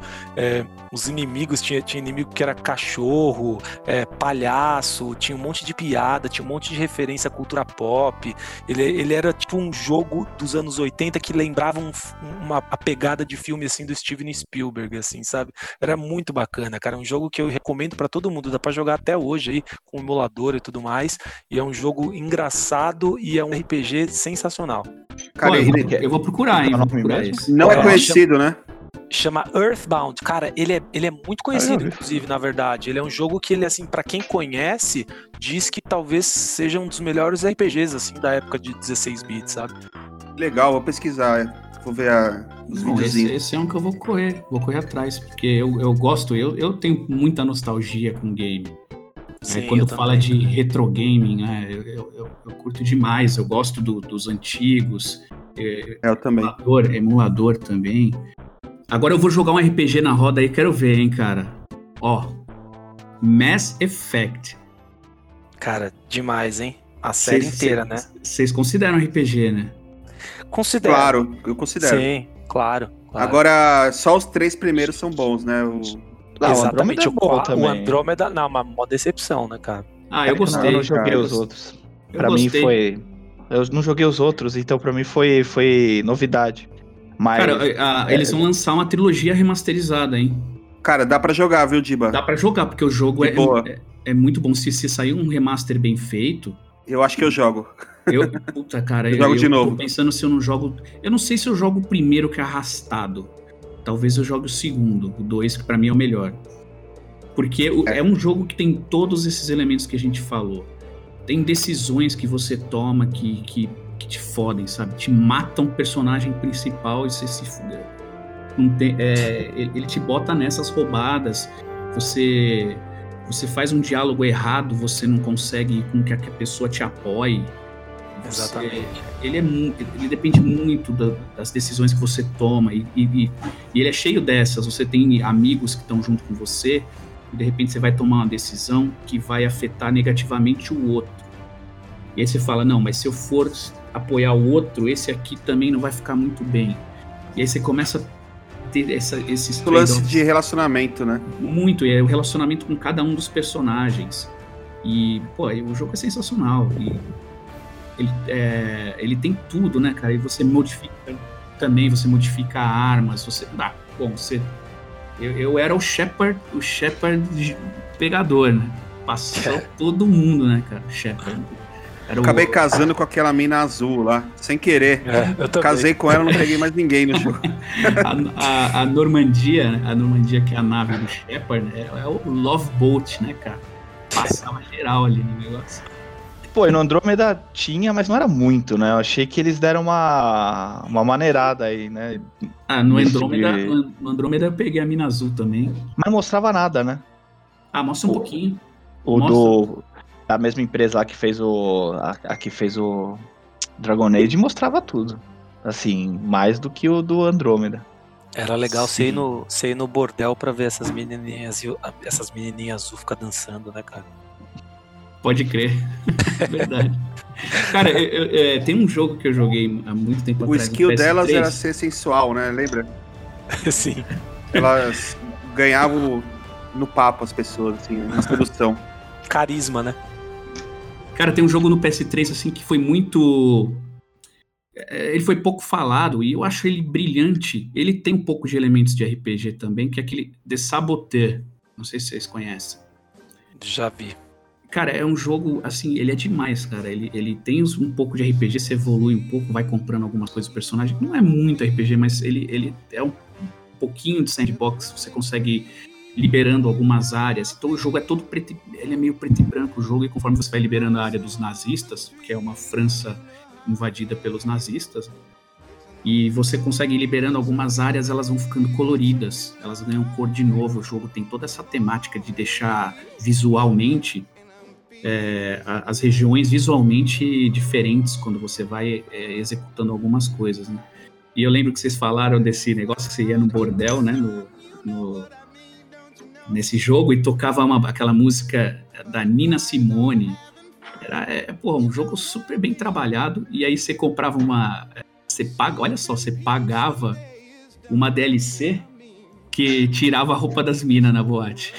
Os inimigos, tinha inimigo que era cachorro, palhaço, tinha um monte de piada, tinha um monte de referência à cultura pop. Ele era tipo um jogo dos anos 80 que lembrava a pegada de filme assim do Steven Spielberg, assim, sabe? Era muito bacana, cara. É um jogo que eu recomendo pra todo mundo, dá pra jogar até hoje aí com emulador e tudo mais. E é um jogo engraçado e é um RPG sensacional. Cara, eu vou procurar, hein? Vou procurar esse. Não é conhecido, né? Chama Earthbound. Cara, ele é muito conhecido, inclusive, na verdade. Ele é um jogo que, ele, assim, pra quem conhece, diz que talvez seja um dos melhores RPGs, assim, da época de 16 bits, sabe? Legal, vou pesquisar. Vou ver os videozinhos. Esse é um que eu vou correr atrás, porque eu gosto, eu tenho muita nostalgia com game. Sim, quando fala de retro gaming, né, eu curto demais, eu gosto dos antigos. Eu também. Emulador também. Agora eu vou jogar um RPG na roda aí, quero ver, hein, cara. Mass Effect. Cara, demais, hein? A série inteira, né? Vocês consideram RPG, né? Considero. Claro, eu considero. Sim, claro. Agora, só os 3 primeiros são bons, né? Exatamente, o Andrômeda, não, uma decepção, né, cara? Eu gostei. Eu não joguei os outros. Pra gostei. mim foi... Eu não joguei os outros, então pra mim foi novidade. Mas... Cara, eles vão lançar uma trilogia remasterizada, hein? Cara, dá pra jogar, viu, Diba? Dá pra jogar, porque o jogo é muito bom. Se sair um remaster bem feito... Eu acho que eu jogo. Puta, cara, eu jogo de novo. Tô pensando se eu não jogo... Eu não sei se eu jogo o primeiro, que é arrastado. Talvez eu jogue o segundo, o 2, que pra mim é o melhor. Porque é um jogo que tem todos esses elementos que a gente falou. Tem decisões que você toma que te fodem, sabe? Te matam o personagem principal e você se fuder. Ele te bota nessas roubadas. Você faz um diálogo errado, você não consegue com que a pessoa te apoie. Exatamente. Ele depende muito das decisões que você toma e ele é cheio dessas. Você tem amigos que estão junto com você e de repente você vai tomar uma decisão que vai afetar negativamente o outro. E aí você fala, não, mas se eu for apoiar o outro, esse aqui também não vai ficar muito bem. E aí você começa a ter esses o lance de relacionamento, né? Muito, e é o relacionamento com cada um dos personagens. E, pô, o jogo é sensacional. E ele tem tudo, né, cara? E você modifica também, você modifica armas, eu era o Shepard pegador, né? Passou todo mundo, né, cara? Shepard. Acabei casando com aquela mina azul lá, sem querer. Eu casei com ela, não peguei mais ninguém no jogo. a Normandia, que é a nave do Shepard, é o Love Boat, né, cara? Passava geral ali no negócio. Pô, e no Andrômeda tinha, mas não era muito, né? Eu achei que eles deram uma maneirada aí, né? No Andrômeda eu peguei a mina azul também. Mas não mostrava nada, né? Mostra um pouquinho. A mesma empresa lá que fez o Dragon Age mostrava tudo. Assim, mais do que o do Andrômeda. Era legal você ir no bordel pra ver essas menininhas azul ficar dançando, né, cara? Pode crer. Verdade. Cara, tem um jogo que eu joguei há muito tempo atrás. O skill delas era ser sensual, né? Lembra? Sim. Elas ganhavam no papo as pessoas, assim, na sedução. Carisma, né? Cara, tem um jogo no PS3, assim, que foi muito... Ele foi pouco falado e eu acho ele brilhante. Ele tem um pouco de elementos de RPG também, que é aquele The Saboteur. Não sei se vocês conhecem. Já vi. Cara, é um jogo, assim, ele é demais, cara. Ele tem um pouco de RPG, você evolui um pouco, vai comprando algumas coisas do personagem. Não é muito RPG, mas ele é um pouquinho de sandbox. Você consegue liberando algumas áreas. Então o jogo é todo preto, ele é meio preto e branco o jogo, e conforme você vai liberando a área dos nazistas, que é uma França invadida pelos nazistas, e você consegue ir liberando algumas áreas, elas vão ficando coloridas, elas ganham cor de novo. O jogo tem toda essa temática de deixar visualmente as regiões visualmente diferentes quando você vai executando algumas coisas, né? E eu lembro que vocês falaram desse negócio que você ia no bordel, né, nesse jogo, e tocava aquela música da Nina Simone. Era um jogo super bem trabalhado, e aí você comprava você pagava uma DLC que tirava a roupa das minas na boate.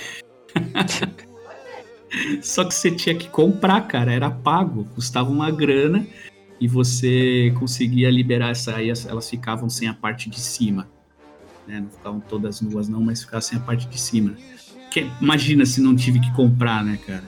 Só que você tinha que comprar, cara, era pago, custava uma grana, e você conseguia liberar aí elas ficavam sem a parte de cima, né? Não ficavam todas nuas não, mas ficavam sem a parte de cima. Imagina se não tive que comprar, né, cara?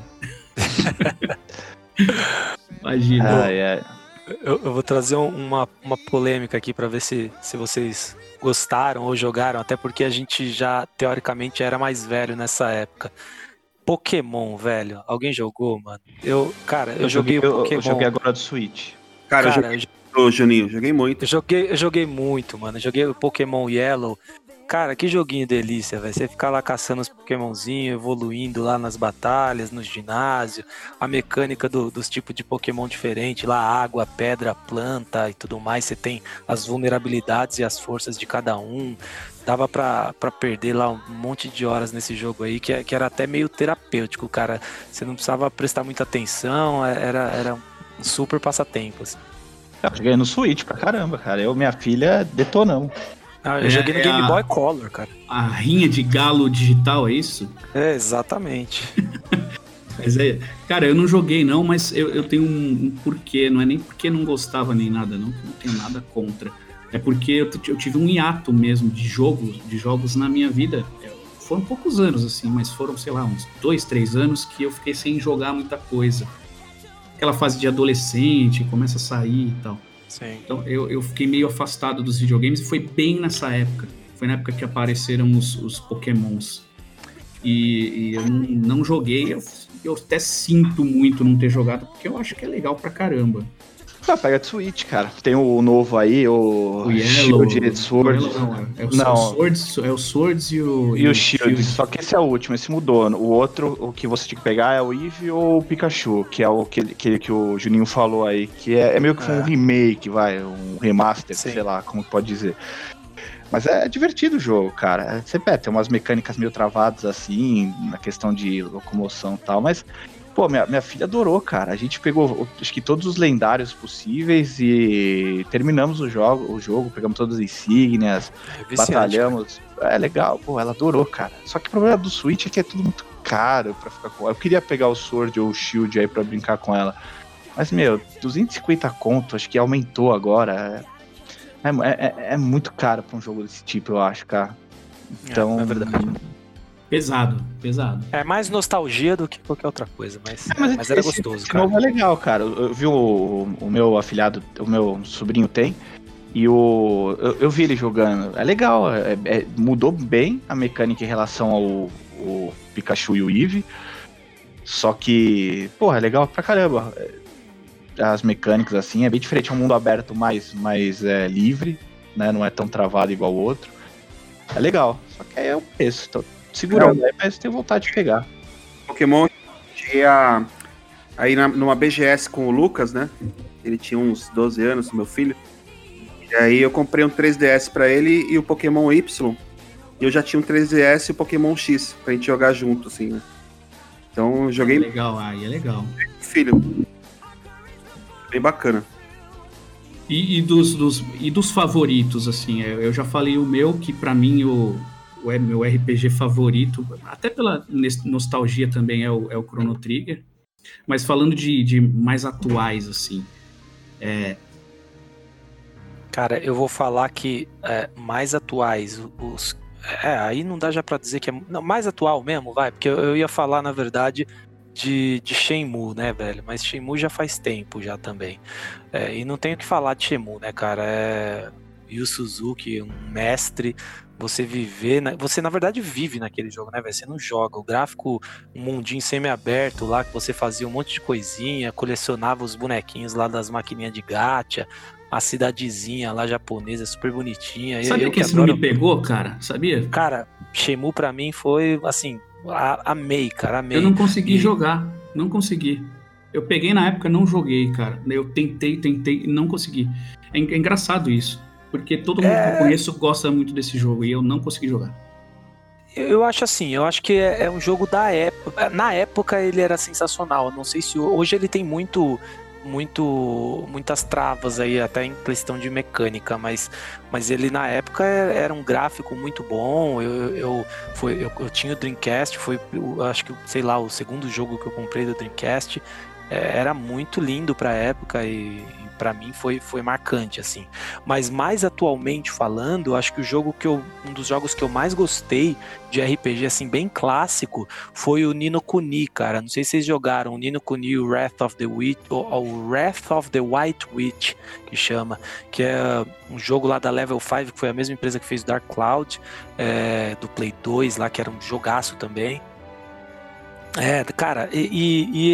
Imagina. Eu vou trazer uma polêmica aqui pra ver se vocês gostaram ou jogaram, até porque a gente já, teoricamente, era mais velho nessa época. Pokémon, velho. Alguém jogou, mano? Eu joguei o Pokémon. Eu joguei agora do Switch. Cara, eu joguei, Juninho, joguei muito. Eu joguei muito, mano. Eu joguei o Pokémon Yellow. Cara, que joguinho delícia, velho. Você ficar lá caçando os Pokémonzinhos, evoluindo lá nas batalhas, no ginásio. A mecânica dos tipos de Pokémon diferentes, lá água, pedra, planta e tudo mais. Você tem as vulnerabilidades e as forças de cada um. Dava pra perder lá um monte de horas nesse jogo aí, que era até meio terapêutico, cara. Você não precisava prestar muita atenção, era um super passatempo, assim. Eu joguei no Switch pra caramba, cara. Eu e minha filha detonamos. Eu joguei no Game Boy Color, cara. A rinha de galo digital, é isso? É, exatamente. Mas cara, eu não joguei não, mas eu tenho um porquê. Não é nem porque não gostava nem nada, não tenho nada contra. É porque eu tive um hiato mesmo de jogos na minha vida. Foram poucos anos, assim, mas foram, sei lá, uns 2, 3 anos que eu fiquei sem jogar muita coisa. Aquela fase de adolescente, começa a sair e tal. Sim. Então eu fiquei meio afastado dos videogames, e foi bem nessa época. Foi na época que apareceram os Pokémons. E eu não joguei, eu até sinto muito não ter jogado, porque eu acho que é legal pra caramba. Ah, pega de Switch, cara. Tem o novo aí, o Yellow, Shield Sword. É o Swords e o... E o Shield, só que esse é o último, esse mudou. O outro, o que você tinha que pegar é o Eevee ou o Pikachu, que é aquele que o Juninho falou aí, que é meio que um remake, um remaster, Sim. sei lá, como que pode dizer. Mas é divertido o jogo, cara. Você tem umas mecânicas meio travadas assim, na questão de locomoção e tal, mas, pô, minha filha adorou, cara. A gente pegou, acho que todos os lendários possíveis e terminamos o jogo, pegamos todas as insígnias, Viciante, batalhamos. É legal, pô, ela adorou, cara. Só que o problema do Switch é que é tudo muito caro pra ficar com ela. Eu queria pegar o Sword ou o Shield aí pra brincar com ela. Mas, meu, 250 conto, acho que aumentou agora. É muito caro pra um jogo desse tipo, eu acho, cara. Então. É verdade. Pesado. É mais nostalgia do que qualquer outra coisa, mas era gostoso, esse cara. novo é legal, cara. Eu vi o meu afilhado, o meu sobrinho tem, e eu vi ele jogando. É legal, mudou bem a mecânica em relação ao Pikachu e o Eevee. Só que, porra, é legal pra caramba. As mecânicas, assim, é bem diferente. É um mundo aberto mais livre, né? Não é tão travado igual o outro. É legal. Só que aí é o preço. Tô segurando aí, mas tenho vontade de pegar. Pokémon, cheguei aí numa BGS com o Lucas, né? Ele tinha uns 12 anos, meu filho. E aí eu comprei um 3DS pra ele e o Pokémon Y. E eu já tinha um 3DS e o Pokémon X pra gente jogar junto, assim, né? Então eu joguei... Legal, aí é legal. Filho. Bem bacana. E dos favoritos, assim, eu já falei o meu, que pra mim o meu RPG favorito, até pela nostalgia também, é o Chrono Trigger. Mas falando de mais atuais, assim, Cara, eu vou falar que mais atuais, aí não dá já pra dizer que é... Não, mais atual mesmo, vai, porque eu ia falar, na verdade, de Shenmue, né, velho? Mas Shenmue já faz tempo já também. E não tenho o que falar de Shenmue, né, cara? Yu Suzuki, um mestre... Você você na verdade vive naquele jogo, né, velho? Você não joga. O gráfico, um mundinho semi-aberto lá, que você fazia um monte de coisinha, colecionava os bonequinhos lá das maquininhas de gacha, a cidadezinha lá japonesa, super bonitinha. Sabia que esse não me pegou, cara? Sabia? Cara, Shenmue pra mim foi, assim, amei, cara, amei. Eu não consegui jogar, não consegui. Eu peguei na época, não joguei, cara. Eu tentei e não consegui. É engraçado isso. Porque todo mundo que eu conheço gosta muito desse jogo e eu não consegui jogar. Eu acho assim, eu acho que é um jogo da época. Na época ele era sensacional. Eu não sei se hoje ele tem muitas travas aí, até em questão de mecânica, mas ele na época era um gráfico muito bom. Eu tinha o Dreamcast, acho que, sei lá, o segundo jogo que eu comprei do Dreamcast. Era muito lindo pra época e pra mim foi marcante, assim. Mas mais atualmente falando, eu acho que um dos jogos que eu mais gostei de RPG, assim, bem clássico, foi o Ni no Kuni, cara. Não sei se vocês jogaram o Ni no Kuni, o Wrath of the Witch, ou o Wrath of the White Witch, que chama, que é um jogo lá da Level 5, que foi a mesma empresa que fez o Dark Cloud, do Play 2 lá, que era um jogaço também. Cara, e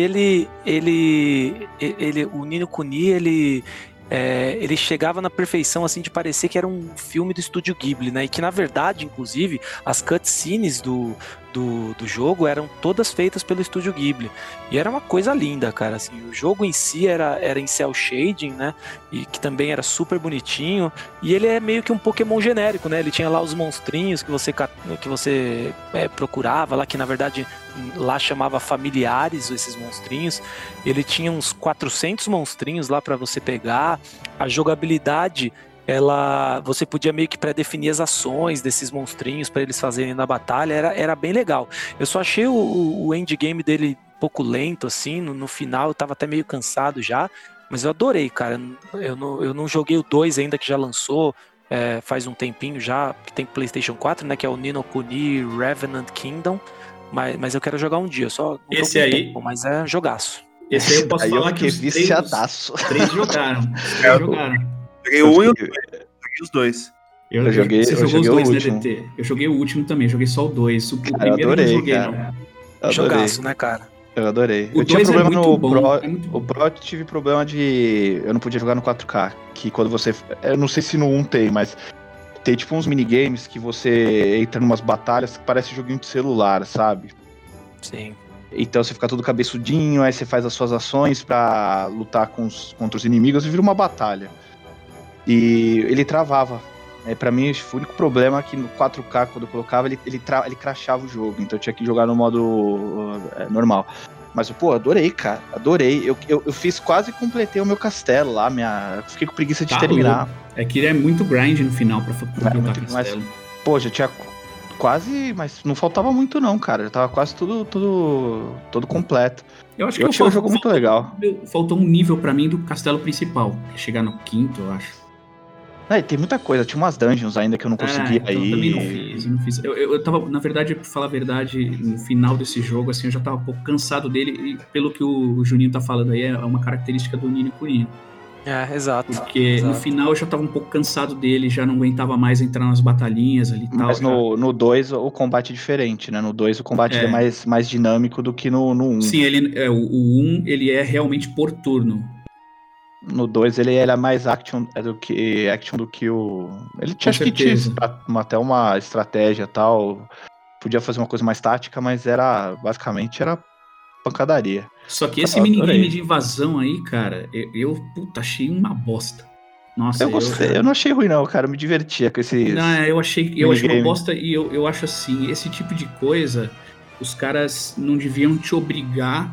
o Ni no Kuni, ele chegava na perfeição, assim, de parecer que era um filme do Estúdio Ghibli, né? E que, na verdade, inclusive, as cutscenes do jogo eram todas feitas pelo Estúdio Ghibli. E era uma coisa linda, cara, assim. O jogo em si era em cel shading, né? E que também era super bonitinho. E ele é meio que um Pokémon genérico, né? Ele tinha lá os monstrinhos que você procurava lá, que na verdade lá chamava familiares esses monstrinhos. Ele tinha uns 400 monstrinhos lá para você pegar. A jogabilidade, você podia meio que pré-definir as ações desses monstrinhos para eles fazerem na batalha. Era bem legal. Eu só achei o endgame dele um pouco lento, assim. No final eu tava até meio cansado já, mas eu adorei, cara. Eu não joguei o 2 ainda, que já lançou faz um tempinho já, que tem PlayStation 4, né, que é o Ni no Kuni Revenant Kingdom. Mas eu quero jogar um dia, só esse aí, tempo, mas é jogaço. Esse aí eu posso falar que os viciadaço. Três jogaram. Joguei o 1 e o 2. Joguei os dois. Você jogou os dois, o né, último. DT? Eu joguei o último também, joguei só o 2. O Cara, primeiro adorei, eu não joguei, cara. não. Adorei. Jogaço, né, cara? Eu adorei. O Eu tinha 2 é problema muito no bom, Pro. é muito bom. O Pro eu tive problema de. Eu não podia jogar no 4K. Que quando você. Eu não sei se no 1 tem, mas. Tem tipo uns minigames que você entra numas batalhas que parece joguinho de celular, sabe? Sim. Então você fica todo cabeçudinho, aí você faz as suas ações pra lutar contra os inimigos e vira uma batalha. E ele travava. Pra mim, o único problema é que no 4K, quando eu colocava, ele crashava o jogo. Então eu tinha que jogar no modo normal. Mas, pô, adorei, cara. Adorei. Eu fiz quase completei o meu castelo lá. Fiquei com preguiça de Tá terminar. louco. É que ele é muito grind no final pra completar muito, o castelo. Pô, já tinha quase... Mas não faltava muito não, cara. Já tava quase todo completo. Eu acho que Eu achei o jogo muito legal. Faltou um nível pra mim do castelo principal. Chegar no 5º, eu acho. Tem muita coisa. Tinha umas dungeons ainda que eu não conseguia então eu também não fiz. Eu tava, na verdade, pra falar a verdade, no final desse jogo, assim, eu já tava um pouco cansado dele. E pelo que o Juninho tá falando aí, é uma característica do Ni no Kuni. Exato. Porque no final eu já tava um pouco cansado dele, já não aguentava mais entrar nas batalhinhas ali e tal. Mas no 2 o combate é diferente, né? No 2 o combate é mais dinâmico do que no 1. Sim, o 1 ele é realmente por turno. No 2 ele era mais action do que o... Ele tinha, acho que tinha até uma estratégia e tal. Podia fazer uma coisa mais tática, mas basicamente era pancadaria. Só que esse minigame de invasão aí, cara, eu achei uma bosta. Nossa, eu gostei. Eu não achei ruim não, cara. Eu me divertia com esses... Não, eu achei uma bosta e eu acho assim, esse tipo de coisa, os caras não deviam te obrigar...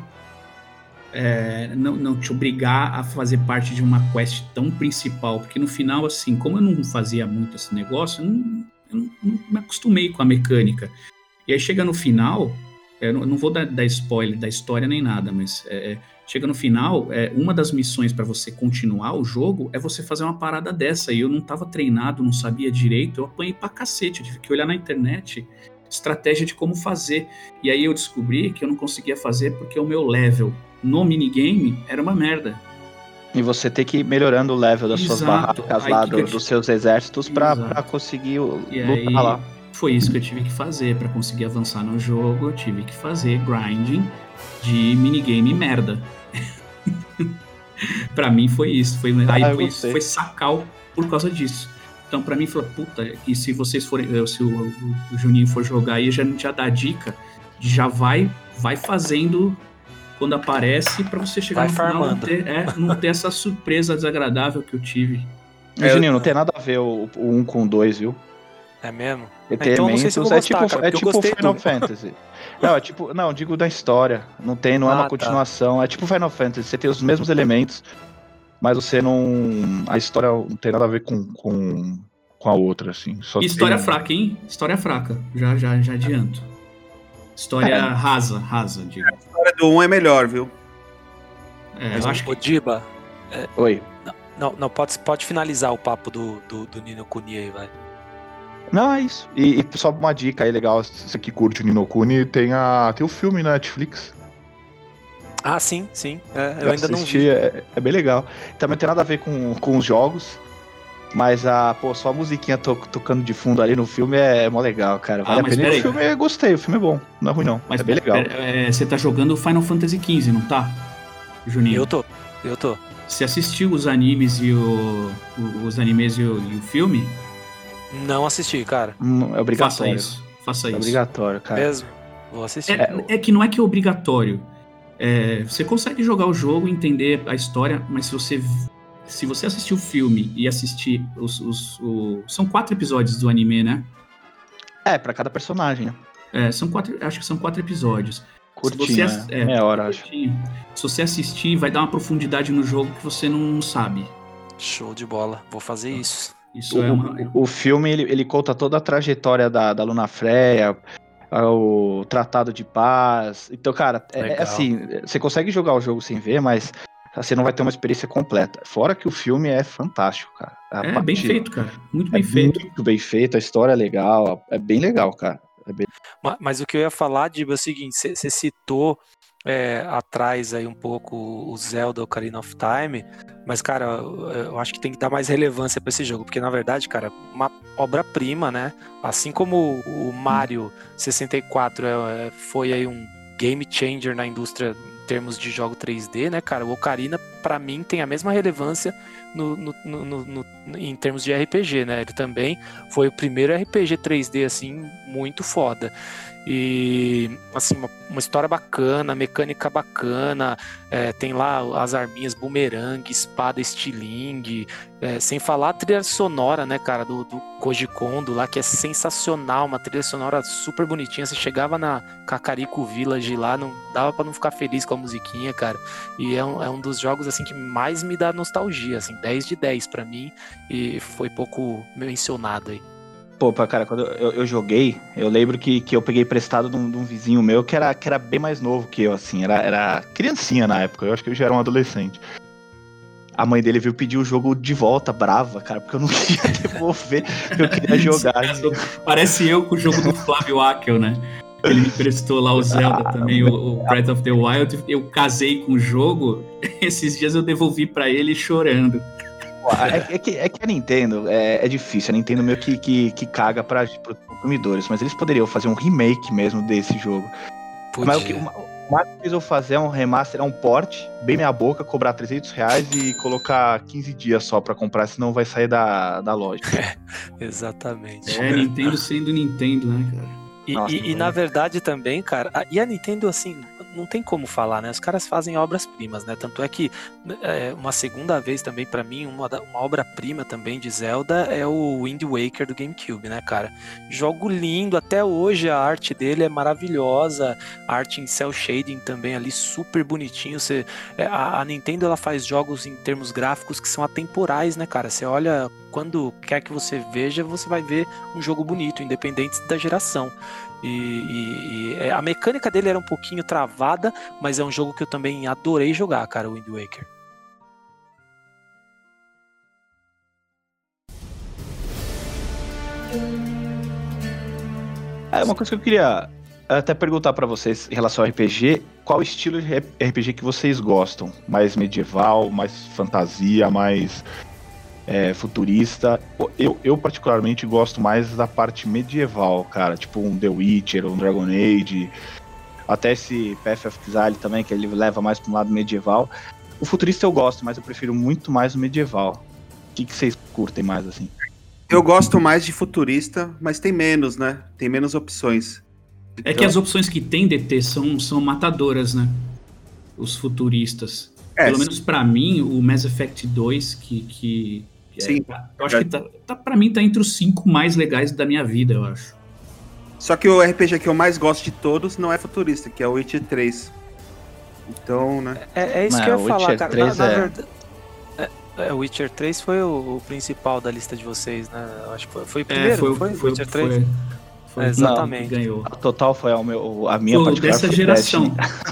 não te obrigar a fazer parte de uma quest tão principal, porque no final, assim, como eu não fazia muito esse negócio, eu não me acostumei com a mecânica. E aí chega no final, eu não vou dar spoiler da história nem nada, mas chega no final, uma das missões para você continuar o jogo é você fazer uma parada dessa, e eu não tava treinado, não sabia direito, eu apanhei pra cacete, eu tive que olhar na internet estratégia de como fazer, e aí eu descobri que eu não conseguia fazer porque o meu level no minigame era uma merda. E você tem que ir melhorando o level das suas barracas lá, dos seus exércitos pra conseguir lutar lá. Foi isso que eu tive que fazer pra conseguir avançar no jogo. Eu tive que fazer grinding de minigame merda. Pra mim foi isso. Foi sacal por causa disso. Então pra mim falou, puta, e se vocês forem, se o Juninho for jogar aí, já dá a dica, já vai fazendo quando aparece pra você chegar no final não ter essa surpresa desagradável que eu tive. Juninho, não tem nada a ver o 1 com o 2, viu? É mesmo? Então não sei se eu vou gostar, cara, tipo Final Fantasy. Não, digo da história. Não é uma continuação. É tipo Final Fantasy, você tem os mesmos elementos, mas você não... A história não tem nada a ver com a outra, assim. História fraca, hein? História fraca, já adianto. História rasa, digo. A história do 1 é melhor, viu? Eu acho que... Diba... Oi. Não, pode finalizar o papo do Ni no Kuni aí, vai. Não, é isso. E só uma dica aí legal, se você que curte o Ni no Kuni, tem o filme na Netflix. Ah, sim. Eu ainda não vi. É bem legal. Também tem nada a ver com os jogos, mas só a musiquinha tocando de fundo ali no filme é mó legal, cara. Vale a pena. O filme eu gostei, o filme é bom, não é ruim não, mas é bem legal. Você tá jogando Final Fantasy XV, não tá, Juninho? Eu tô. Você assistiu os animes e os animes e o filme? Não assisti, cara. É obrigatório. Faça isso. É obrigatório, cara. Mesmo? Vou assistir. É que não é que é obrigatório. Você consegue jogar o jogo, entender a história, mas se você assistir o filme e assistir são 4 episódios do anime, né? Pra cada personagem, né? Acho que são 4 episódios. Curtinho, meia hora, acho. Se você assistir, vai dar uma profundidade no jogo que você não sabe. Show de bola. Vou fazer isso. O filme, ele conta toda a trajetória da Lunafreia, o Tratado de Paz. Então, cara, assim, você consegue jogar o jogo sem ver, mas você não vai ter uma experiência completa. Fora que o filme é fantástico, cara. Bem feito, cara. Muito bem feito. Muito bem feito, a história é legal, é bem legal, cara. Mas o que eu ia falar, Diba, é o seguinte, você citou atrás aí um pouco o Zelda Ocarina of Time, mas, cara, eu acho que tem que dar mais relevância pra esse jogo, porque, na verdade, cara, uma obra-prima, né? Assim como o Mario 64 foi aí game changer na indústria em termos de jogo 3D, né, cara? O Ocarina, pra mim, tem a mesma relevância em termos de RPG, né? Ele também foi o primeiro RPG 3D, assim, muito foda. E, assim, uma história bacana, mecânica bacana, tem lá as arminhas, bumerangue, espada estilingue, sem falar a trilha sonora, né, cara, do Koji Kondo lá, que é sensacional, uma trilha sonora super bonitinha. Você chegava na Kakariko Village lá, não dava pra não ficar feliz com a musiquinha, cara. E é um dos jogos, assim, que mais me dá nostalgia, assim, 10 de 10 pra mim, e foi pouco mencionado aí. Pô, cara, quando eu joguei, eu lembro que eu peguei emprestado de um vizinho meu que era bem mais novo que eu, assim, era criancinha na época, eu acho que eu já era um adolescente. A mãe dele veio pedir o jogo de volta, brava, cara, porque eu não queria devolver, eu queria jogar. Parece eu com o jogo do Flávio Akel, né? Ele me emprestou lá o Zelda também, o Breath of the Wild, eu casei com o jogo, esses dias eu devolvi pra ele chorando. É que a Nintendo é difícil, a Nintendo meio que caga para os consumidores, mas eles poderiam fazer um remake mesmo desse jogo. Mas o mais que eles vão fazer é um remaster, é um port, bem meia boca, cobrar R$300 e colocar 15 dias só pra comprar, senão vai sair da loja. Exatamente. Nintendo sendo Nintendo, né, cara? E na verdade também, cara, e a Nintendo, assim, não tem como falar, né? Os caras fazem obras-primas, né? Tanto é que uma segunda vez também, pra mim, uma obra-prima também de Zelda é o Wind Waker do GameCube, né, cara? Jogo lindo, até hoje a arte dele é maravilhosa, a arte em cel shading também ali, super bonitinho. A Nintendo, ela faz jogos em termos gráficos que são atemporais, né, cara? Você olha, quando quer que você veja, você vai ver um jogo bonito, independente da geração. E a mecânica dele era um pouquinho travada, mas é um jogo que eu também adorei jogar, cara, o Wind Waker. Uma coisa que eu queria até perguntar pra vocês em relação ao RPG, qual estilo de RPG que vocês gostam? Mais medieval, mais fantasia, mais futurista? Eu particularmente gosto mais da parte medieval, cara, tipo um The Witcher, um Dragon Age, até esse Path of Exile também, que ele leva mais para um lado medieval. O futurista eu gosto, mas eu prefiro muito mais o medieval. O que vocês curtem mais, assim? Eu gosto mais de futurista, mas tem menos, né? Tem menos opções. É que as opções que tem, DT, são matadoras, né? Os futuristas. Pelo menos pra mim, o Mass Effect 2, Sim, eu acho que pra mim tá entre os 5 mais legais da minha vida, eu acho. Só que o RPG que eu mais gosto de todos não é futurista, que é o Witcher 3. Então, né? É isso que eu ia falar, cara. 3 na verdade, o Witcher 3 foi o principal da lista de vocês, né? Eu acho que foi o primeiro, foi o Witcher 3? Foi exatamente. Que ganhou. A Total foi a minha particular. Dessa geração.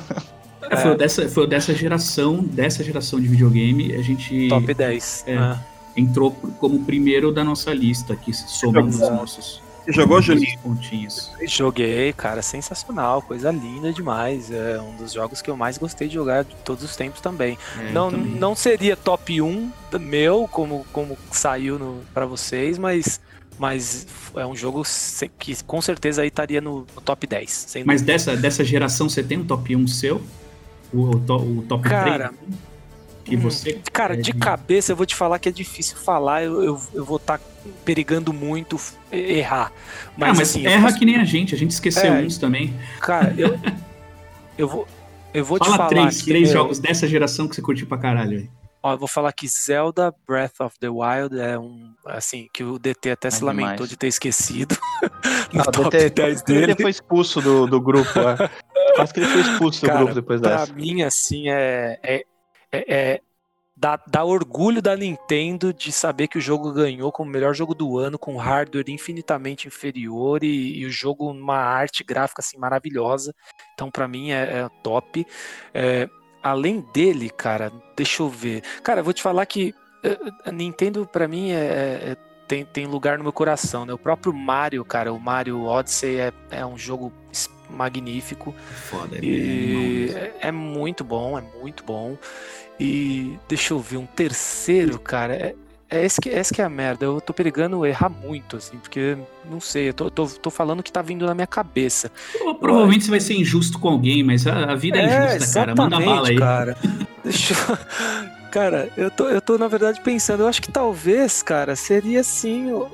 Foi dessa geração de videogame, a gente... Top 10. Entrou como primeiro da nossa lista, aqui somando os nossos... Você jogou, Juninho? Pontinhos. Joguei, cara, sensacional, coisa linda demais. É um dos jogos que eu mais gostei de jogar de todos os tempos também. Não seria top 1 meu, como saiu pra vocês, mas é um jogo que com certeza aí estaria no top 10. Mas dessa geração você tem um top 1 seu? O top 3? Que você... Cara, de cabeça eu vou te falar que é difícil falar, eu vou estar perigando muito errar. Mas assim, erra que nem a gente esqueceu uns também. Cara, eu vou te falar três jogos dessa geração que você curtiu pra caralho aí. Eu vou falar que Zelda Breath of the Wild é assim, que o DT até se lamentou de ter esquecido. No top 10 dele. Ele foi expulso do grupo. Quase que ele foi expulso do grupo depois dessa. Pra mim, assim, dá orgulho da Nintendo de saber que o jogo ganhou como o melhor jogo do ano, com hardware infinitamente inferior e o jogo numa arte gráfica assim maravilhosa. Então pra mim é top. Além dele, cara, deixa eu ver. Cara, eu vou te falar que a Nintendo pra mim tem lugar no meu coração, né? O próprio Mario, cara, o Mario Odyssey é um jogo magnífico. Foda, é muito bom, é muito bom. E deixa eu ver, um terceiro, cara, esse que é a merda. Eu tô perigando errar muito, assim, porque, não sei, eu tô falando o que tá vindo na minha cabeça. Provavelmente você vai ser injusto com alguém, mas a vida é injusta, cara. Manda bala aí. Cara. Deixa eu... Cara, eu tô na verdade pensando, eu acho que talvez, cara, seria assim o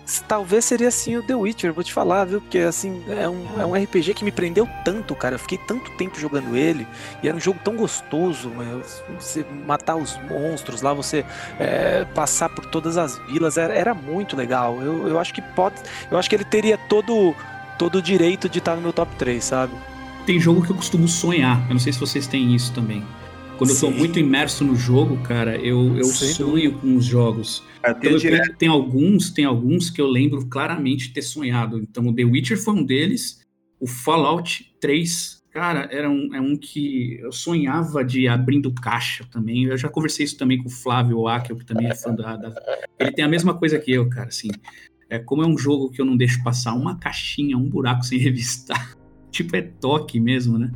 The Witcher, vou te falar, viu? Porque, assim, é um RPG que me prendeu tanto, cara. Eu fiquei tanto tempo jogando ele, e era um jogo tão gostoso, você matar os monstros lá, você passar por todas as vilas, era muito legal. Eu acho que ele teria todo o direito de estar no meu top 3, sabe? Tem jogo que eu costumo sonhar, eu não sei se vocês têm isso também. Quando eu tô muito imerso no jogo, cara, eu sonho com os jogos. Então, tem alguns que eu lembro claramente de ter sonhado. Então, o The Witcher foi um deles. O Fallout 3, cara, é um que eu sonhava de abrindo caixa também. Eu já conversei isso também com o Flávio Akel, que também é fã Ele tem a mesma coisa que eu, cara, assim. Como é um jogo que eu não deixo passar uma caixinha, um buraco sem revistar. Tipo, é toque mesmo, né?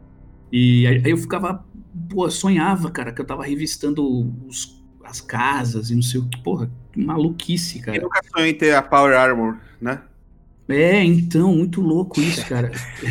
E aí eu ficava... Pô, sonhava, cara, que eu tava revistando as casas e não sei o que. Porra, que maluquice, cara. Eu nunca sonhei em ter a Power Armor, né? Então, muito louco isso, cara.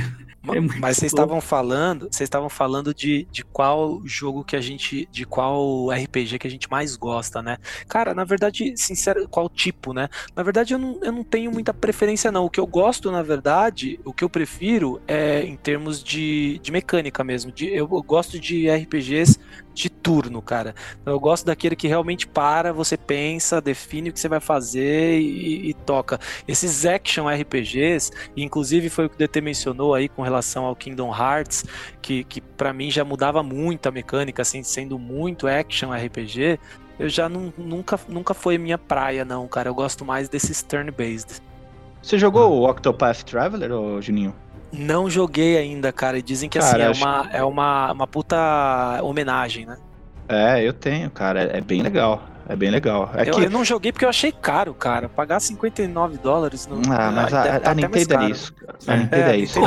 Mas vocês estavam falando de qual jogo de qual RPG que a gente mais gosta, né? Cara, na verdade, sincero, qual tipo, né? Na verdade, eu não tenho muita preferência, não. O que eu gosto, na verdade, o que eu prefiro é em termos de mecânica mesmo. Eu gosto de RPGs de turno, cara. Eu gosto daquele que realmente você pensa, define o que você vai fazer e toca. Esses action RPGs, inclusive foi o que o DT mencionou aí com relação ao Kingdom Hearts, que pra mim já mudava muito a mecânica, assim, sendo muito action RPG, eu já nunca foi minha praia, não, cara. Eu gosto mais desses turn-based. Você jogou o Octopath Traveler, ô Juninho? Não joguei ainda, cara, e dizem que cara, assim, é uma puta homenagem, né? Eu tenho, cara, é bem legal. É bem legal. Eu não joguei porque eu achei caro, cara. Pagar $59 não. Mas a Nintendo é isso. A Nintendo é isso.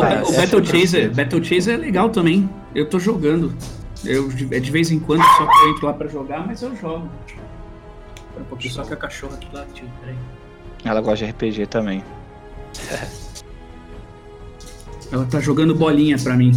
O Battle Chaser é legal também. Eu tô jogando. De vez em quando só que eu entro lá pra jogar, mas eu jogo. Um pouquinho só que a cachorra aqui lá, tio. Peraí. Ela gosta de RPG também. Ela tá jogando bolinha pra mim.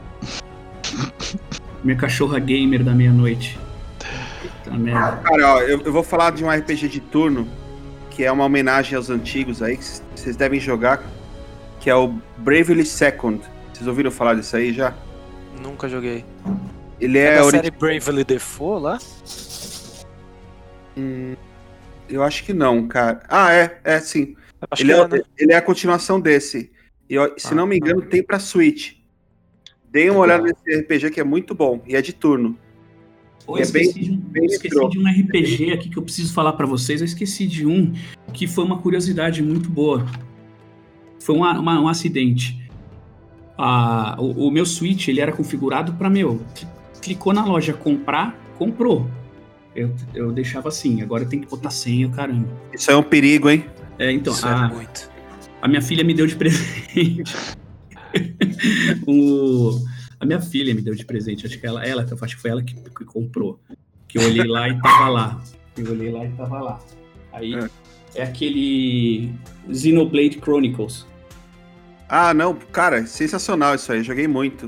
Minha cachorra gamer da meia-noite. Puta merda. Cara, ó, eu vou falar de um RPG de turno que é uma homenagem aos antigos aí, que vocês devem jogar, que é o Bravely Second. Vocês ouviram falar disso aí já? Nunca joguei. Ele é da série Bravely Default lá? Eu acho que não, cara. Sim. Ele é a continuação desse. E, se não me engano, tem pra Switch. Dei uma olhada nesse RPG que é muito bom. E é de turno. Eu esqueci de um RPG aqui que eu preciso falar pra vocês. Eu esqueci de um que foi uma curiosidade muito boa. Foi um acidente. O meu Switch, ele era configurado pra, clicou na loja comprar, comprou. Eu deixava assim, agora eu tenho que botar senha, caramba. Isso é um perigo, hein? Então, isso é muito. A minha filha me deu de presente. A minha filha me deu de presente. Acho que foi ela que comprou. Que eu olhei lá e tava lá. Aí é aquele Xenoblade Chronicles. Não, cara, sensacional isso aí. Joguei muito.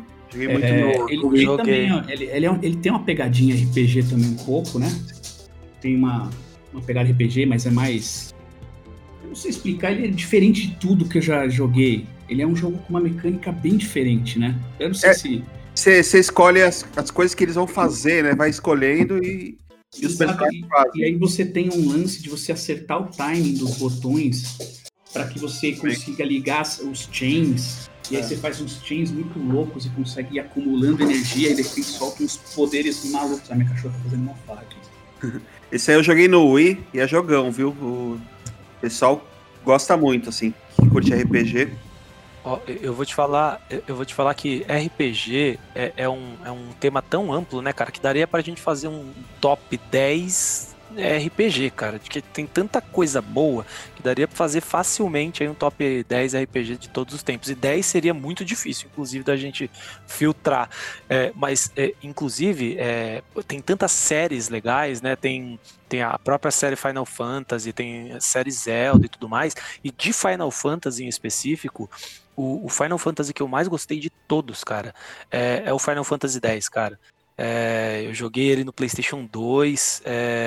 Ele tem uma pegadinha RPG também um pouco, né? Tem uma pegada RPG, mas é mais... Eu não sei explicar, ele é diferente de tudo que eu já joguei. Ele é um jogo com uma mecânica bem diferente, né? Eu não sei se... Você escolhe as coisas que eles vão fazer, né? Vai escolhendo e os personagens fazem. E aí você tem um lance de você acertar o timing dos botões para que você consiga ligar os chains. E aí você faz uns chains muito loucos e consegue ir acumulando energia e depois solta uns poderes malucos. A minha cachorra tá fazendo uma fala aqui. Esse aí eu joguei no Wii e é jogão, viu? O pessoal gosta muito, assim, que curte RPG. Eu vou te falar que RPG é um tema tão amplo, né, cara, que daria pra gente fazer um top 10 RPG, cara, de que tem tanta coisa boa que daria pra fazer facilmente aí um top 10 RPG de todos os tempos. E 10 seria muito difícil, inclusive, da gente filtrar. Mas, inclusive, tem tantas séries legais, né? Tem a própria série Final Fantasy, tem a série Zelda e tudo mais. E de Final Fantasy em específico, o Final Fantasy que eu mais gostei de todos, cara, é o Final Fantasy X, cara. Eu joguei ele no PlayStation 2.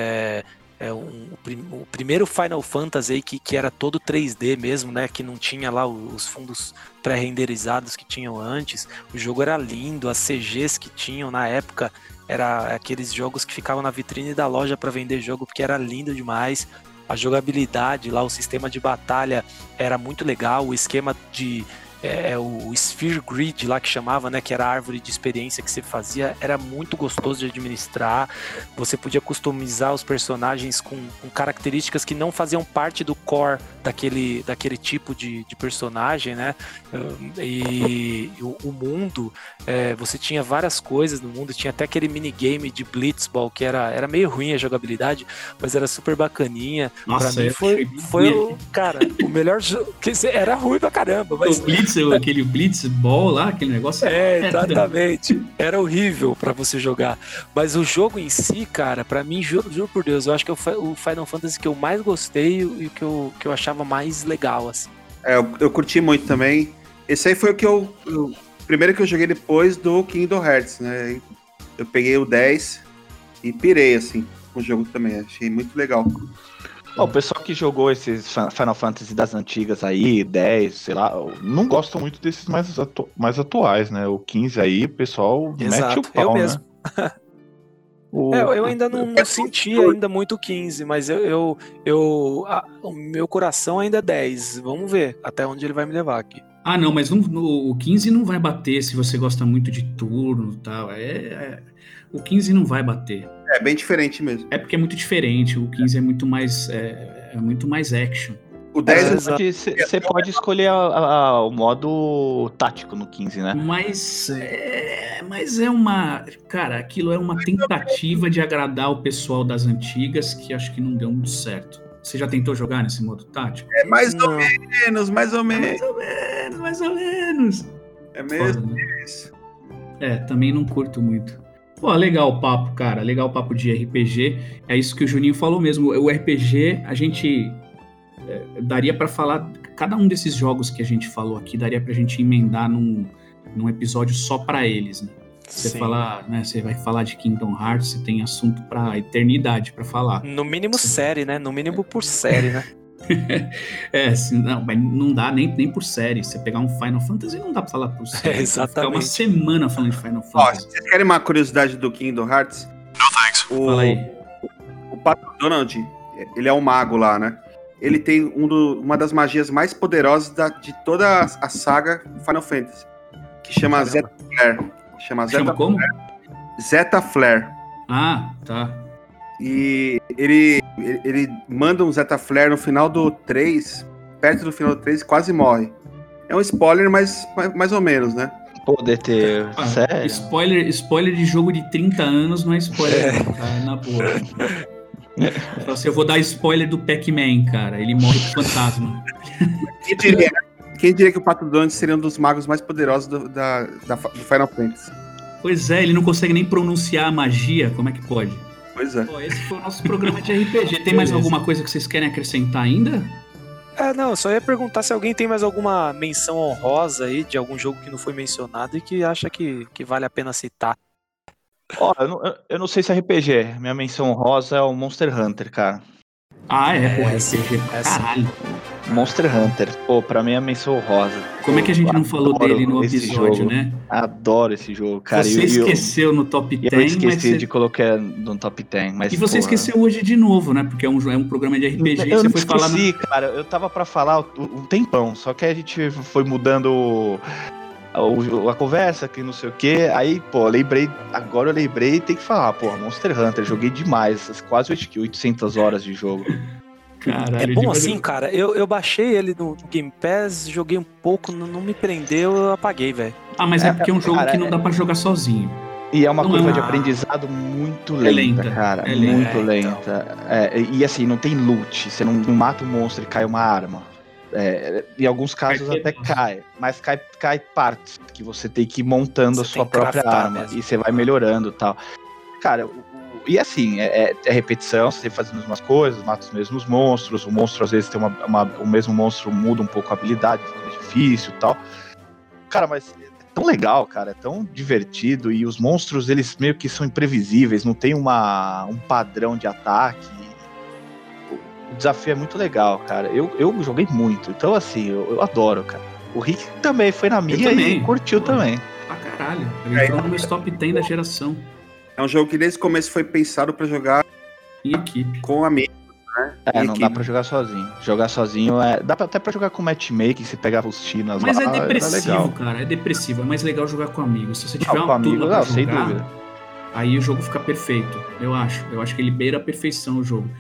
O primeiro Final Fantasy aí que era todo 3D mesmo, né? Que não tinha lá os fundos pré-renderizados que tinham antes. O jogo era lindo, as CGs que tinham na época era aqueles jogos que ficavam na vitrine da loja para vender jogo, porque era lindo demais. A jogabilidade lá, o sistema de batalha era muito legal, o esquema de o Sphere Grid lá que chamava, né, que era a árvore de experiência que você fazia, era muito gostoso de administrar. Você podia customizar os personagens com características que não faziam parte do core daquele tipo de personagem, né? E o mundo, você tinha várias coisas no mundo, tinha até aquele minigame de Blitzball que era meio ruim a jogabilidade, mas era super bacaninha. Nossa, pra mim foi cara, o melhor jogo, que era ruim pra caramba, mas aquele Blitzball lá, aquele negócio. Exatamente. Era horrível pra você jogar. Mas o jogo em si, cara, pra mim, juro por Deus, eu acho que é o Final Fantasy que eu mais gostei e que eu achava mais legal, assim. Eu curti muito também. Esse aí foi o primeiro que eu joguei depois do Kingdom Hearts, né? Eu peguei o 10 e pirei, assim, com o jogo também. Achei muito legal. O pessoal que jogou esses Final Fantasy das antigas aí, 10, sei lá, Não gosto muito desses mais atuais, né? O 15 aí, o pessoal mete o pau, eu mesmo. Né? Eu ainda não senti ainda muito 15, mas o meu coração ainda é 10. Vamos ver até onde ele vai me levar aqui. Ah, não, mas o 15 não vai bater se você gosta muito de turno e tal. O 15 não vai bater. É bem diferente mesmo. É porque é muito diferente. O 15 é muito mais action. O 10 você pode escolher o modo tático no 15, né? Mas é uma... Cara, aquilo é uma tentativa de agradar o pessoal das antigas que acho que não deu muito certo. Você já tentou jogar nesse modo tático? Mais ou menos. Mais ou menos. É mesmo? Foda, né? Também não curto muito. Pô, legal o papo, cara. Legal o papo de RPG. É isso que o Juninho falou mesmo. O RPG, a gente... daria pra falar... Cada um desses jogos que a gente falou aqui, daria pra gente emendar num episódio só pra eles, né? Você falar, né? Você vai falar de Kingdom Hearts, você tem assunto pra eternidade pra falar. No mínimo série, né? No mínimo por série, né? Mas não dá nem por série. Você pegar um Final Fantasy, não dá pra falar por série. Exatamente. Ficar uma semana falando de Final Fantasy. Vocês querem uma curiosidade do Kingdom Hearts? Fala aí. O Pato Donald, ele é um mago lá, né? Ele tem uma das magias mais poderosas de toda a saga Final Fantasy, que chama Zeta Flare. Chama como? Zeta Flare. Ah, tá. E ele manda um Zeta Flare no final do 3, perto do final do 3, e quase morre. É um spoiler, mas mais ou menos, né? Poder ter... Sério? Spoiler de jogo de 30 anos não é spoiler, tá? Na boa. Então, assim, eu vou dar spoiler do Pac-Man, cara. Ele morre com fantasma. Quem diria que o Pato Donald seria um dos magos mais poderosos do Final Fantasy? Pois é, ele não consegue nem pronunciar a magia. Como é que pode? Pois é. Pô, esse foi o nosso programa de RPG. Tem mais alguma coisa que vocês querem acrescentar ainda? Não, só ia perguntar se alguém tem mais alguma menção honrosa aí de algum jogo que não foi mencionado e que acha que vale a pena citar. Eu não sei se é RPG. Minha menção honrosa é o Monster Hunter, cara. Ah, porra, RPG. Caralho. Monster Hunter. Pô, pra mim é a menção honrosa. Como é que a gente não falou dele no episódio, jogo, né? Adoro esse jogo, cara. Você esqueceu no top 10. Eu esqueci de colocar no top 10. Mas, e você esqueceu hoje de novo, né? Porque é um programa de RPG. Eu você não foi esqueci, falar cara. Eu tava pra falar um tempão. Só que a gente foi mudando a conversa, que não sei o que. Aí, pô, agora eu lembrei e tem que falar, pô, Monster Hunter, joguei demais, quase 800 horas de jogo. Caralho, é bom assim, cara. Eu baixei ele no Game Pass, joguei um pouco, não me prendeu, eu apaguei, velho. Ah, mas é porque é um jogo que não dá pra jogar sozinho. E é uma Não curva é de uma- aprendizado muito É lenta, lenta, cara. é lenta. Muito lenta. E assim, não tem loot. Você não mata um monstro e cai uma arma. Em alguns casos Cai até pedaço. cai. Mas cai partes que você tem que ir montando Você a sua tem que própria craftar arma. mesmo. E você vai melhorando e tal. Cara, e assim, é repetição, você faz as mesmas coisas, mata os mesmos monstros. O monstro às vezes tem o mesmo monstro muda um pouco a habilidade, fica mais difícil e tal. Cara, mas é tão legal, cara, é tão divertido. E os monstros, eles meio que são imprevisíveis, não tem um padrão de ataque. O desafio é muito legal, cara. Eu joguei muito, então assim, eu adoro, cara. O Rick também foi na minha também. e curtiu também. Pra caralho. Ele entrou no meu top 10 da geração. É um jogo que desde o começo foi pensado pra jogar Em equipe. com amigos, né? Em Não equipe. dá pra jogar sozinho. Jogar sozinho dá até pra jogar com matchmaking, você pegava os chinas Mas lá, é era depressivo, legal. cara. É depressivo. É mais legal jogar com amigos. Se você tiver Não, com uma amigo, turma pra não, sem jogar, dúvida. aí o jogo fica perfeito. Eu acho. Eu acho que ele beira a perfeição o jogo.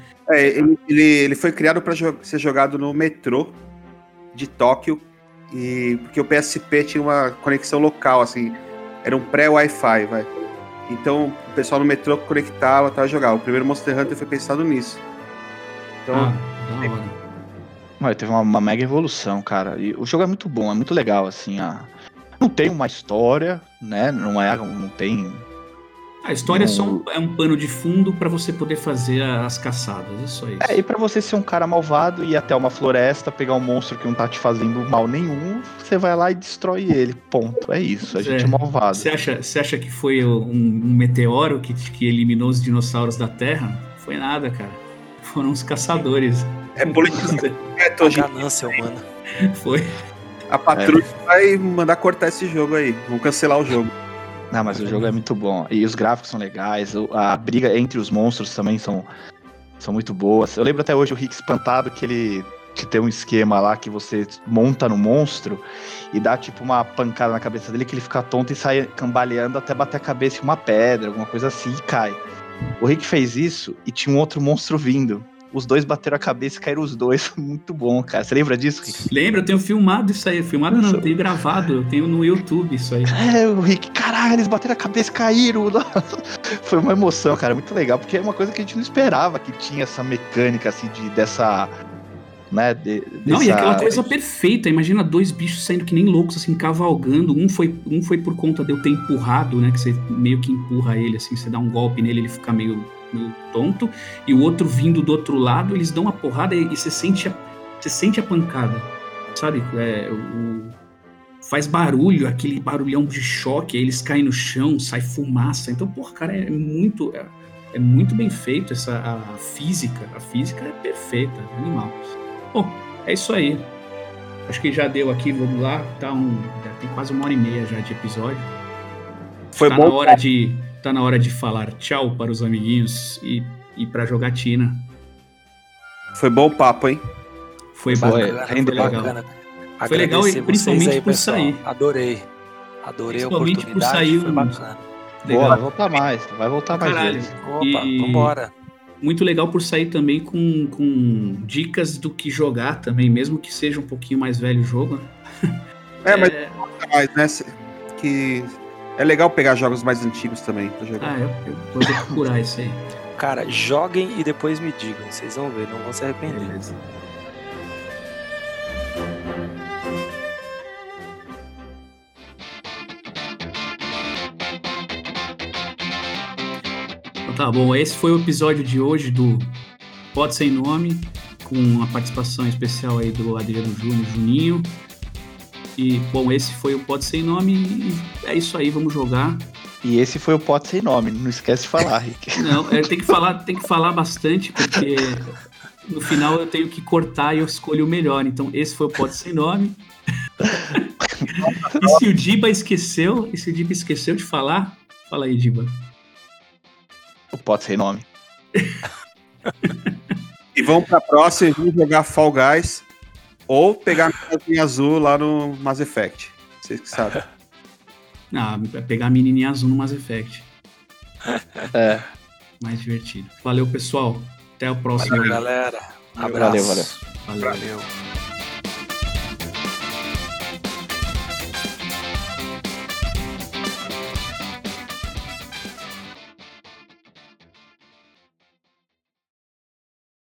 Ele foi criado para ser jogado no metrô de Tóquio, porque o PSP tinha uma conexão local, assim, era um pré-Wi-Fi, vai. Então o pessoal no metrô conectava e jogava. O primeiro Monster Hunter foi pensado nisso. Então, Da hora. Mas teve uma mega evolução, cara. E o jogo é muito bom, é muito legal, assim. Não tem uma história, né? Não tem. A história Não- é um pano de fundo pra você poder fader as caçadas. É só isso. E pra você ser um cara malvado e ir até uma floresta, pegar um monstro que não tá te fazendo mal nenhum, você vai lá e destrói ele. Ponto. É isso. A gente é malvado. Você acha que foi um meteoro que eliminou os dinossauros da Terra? Foi nada, cara. Foram os caçadores. é politizado A hoje. ganância humana. Foi. A patrulha vai mandar cortar esse jogo aí. Vão cancelar o jogo. Não, mas o jogo é muito bom. E os gráficos são legais. A briga entre os monstros também são muito boas. Eu lembro até hoje o Rick espantado que tem um esquema lá que você monta no monstro e dá tipo uma pancada na cabeça dele que ele fica tonto e sai cambaleando até bater a cabeça em uma pedra, alguma coisa assim, e cai. O Rick fez isso e tinha um outro monstro vindo. Os dois bateram a cabeça e caíram os dois. Muito bom, cara. Você lembra disso, Rick? Lembra? Eu tenho filmado isso aí. Filmado não, eu tenho gravado. Eu tenho no YouTube isso aí. O Rick, caralho, eles bateram a cabeça e caíram. Foi uma emoção, cara, muito legal, porque é uma coisa que a gente não esperava que tinha essa mecânica, assim, dessa... Né, Não, e aquela coisa perfeita. Imagina dois bichos saindo que nem loucos, assim, cavalgando. Um foi por conta de eu ter empurrado, né? Que você meio que empurra ele, assim, você dá um golpe nele, ele fica meio tonto. E o outro vindo do outro lado, eles dão uma porrada e você sente a pancada, sabe? Faz barulho, aquele barulhão de choque, aí eles caem no chão, sai fumaça. Então, porra, cara, é muito bem feito a física. A física é perfeita, é animal. Bom, é isso aí. Acho que já deu aqui, vamos lá. Já tem quase 1h30 já de episódio. Foi Tá bom. na hora de falar tchau para os amiguinhos e pra jogatina. Foi bom o papo, hein? Foi Bacana, foi legal. bacana. Foi legal, Agradecer e principalmente vocês aí, por pessoal. sair. Adorei a Principalmente por oportunidade, sair foi bacana. Legal. Vai voltar mais, vai voltar mais Caralho. vezes. Opa, E- vambora. Muito legal por sair também com dicas do que jogar também, mesmo que seja um pouquinho mais velho o jogo. Mas, né? Que é legal pegar jogos mais antigos também pra jogar. Eu vou procurar isso aí. Cara, joguem e depois me digam. Vocês vão ver, não vão se arrepender. Beleza. Então tá bom, esse foi o episódio de hoje do Pod Sem Nome, com a participação especial aí do Adriano Júnior, Juninho. E, bom, esse foi o Pod Sem Nome e é isso aí, vamos jogar. E esse foi o pote sem nome, não esquece de falar, Rick. Não, tem que falar bastante, porque no final eu tenho que cortar e eu escolho o melhor. Então, esse foi o Pod Sem Nome. E se o Diba esqueceu de falar, fala aí, Diba. O pote sem nome. E vamos pra próxima e vamos jogar Fall Guys ou pegar a menininha azul lá no Mass Effect. Vocês que sabem. Pegar a menininha azul no Mass Effect. É. Mais divertido. Valeu, pessoal. Até o próximo. Valeu, aí. galera. Abraço. Valeu. Valeu. Valeu.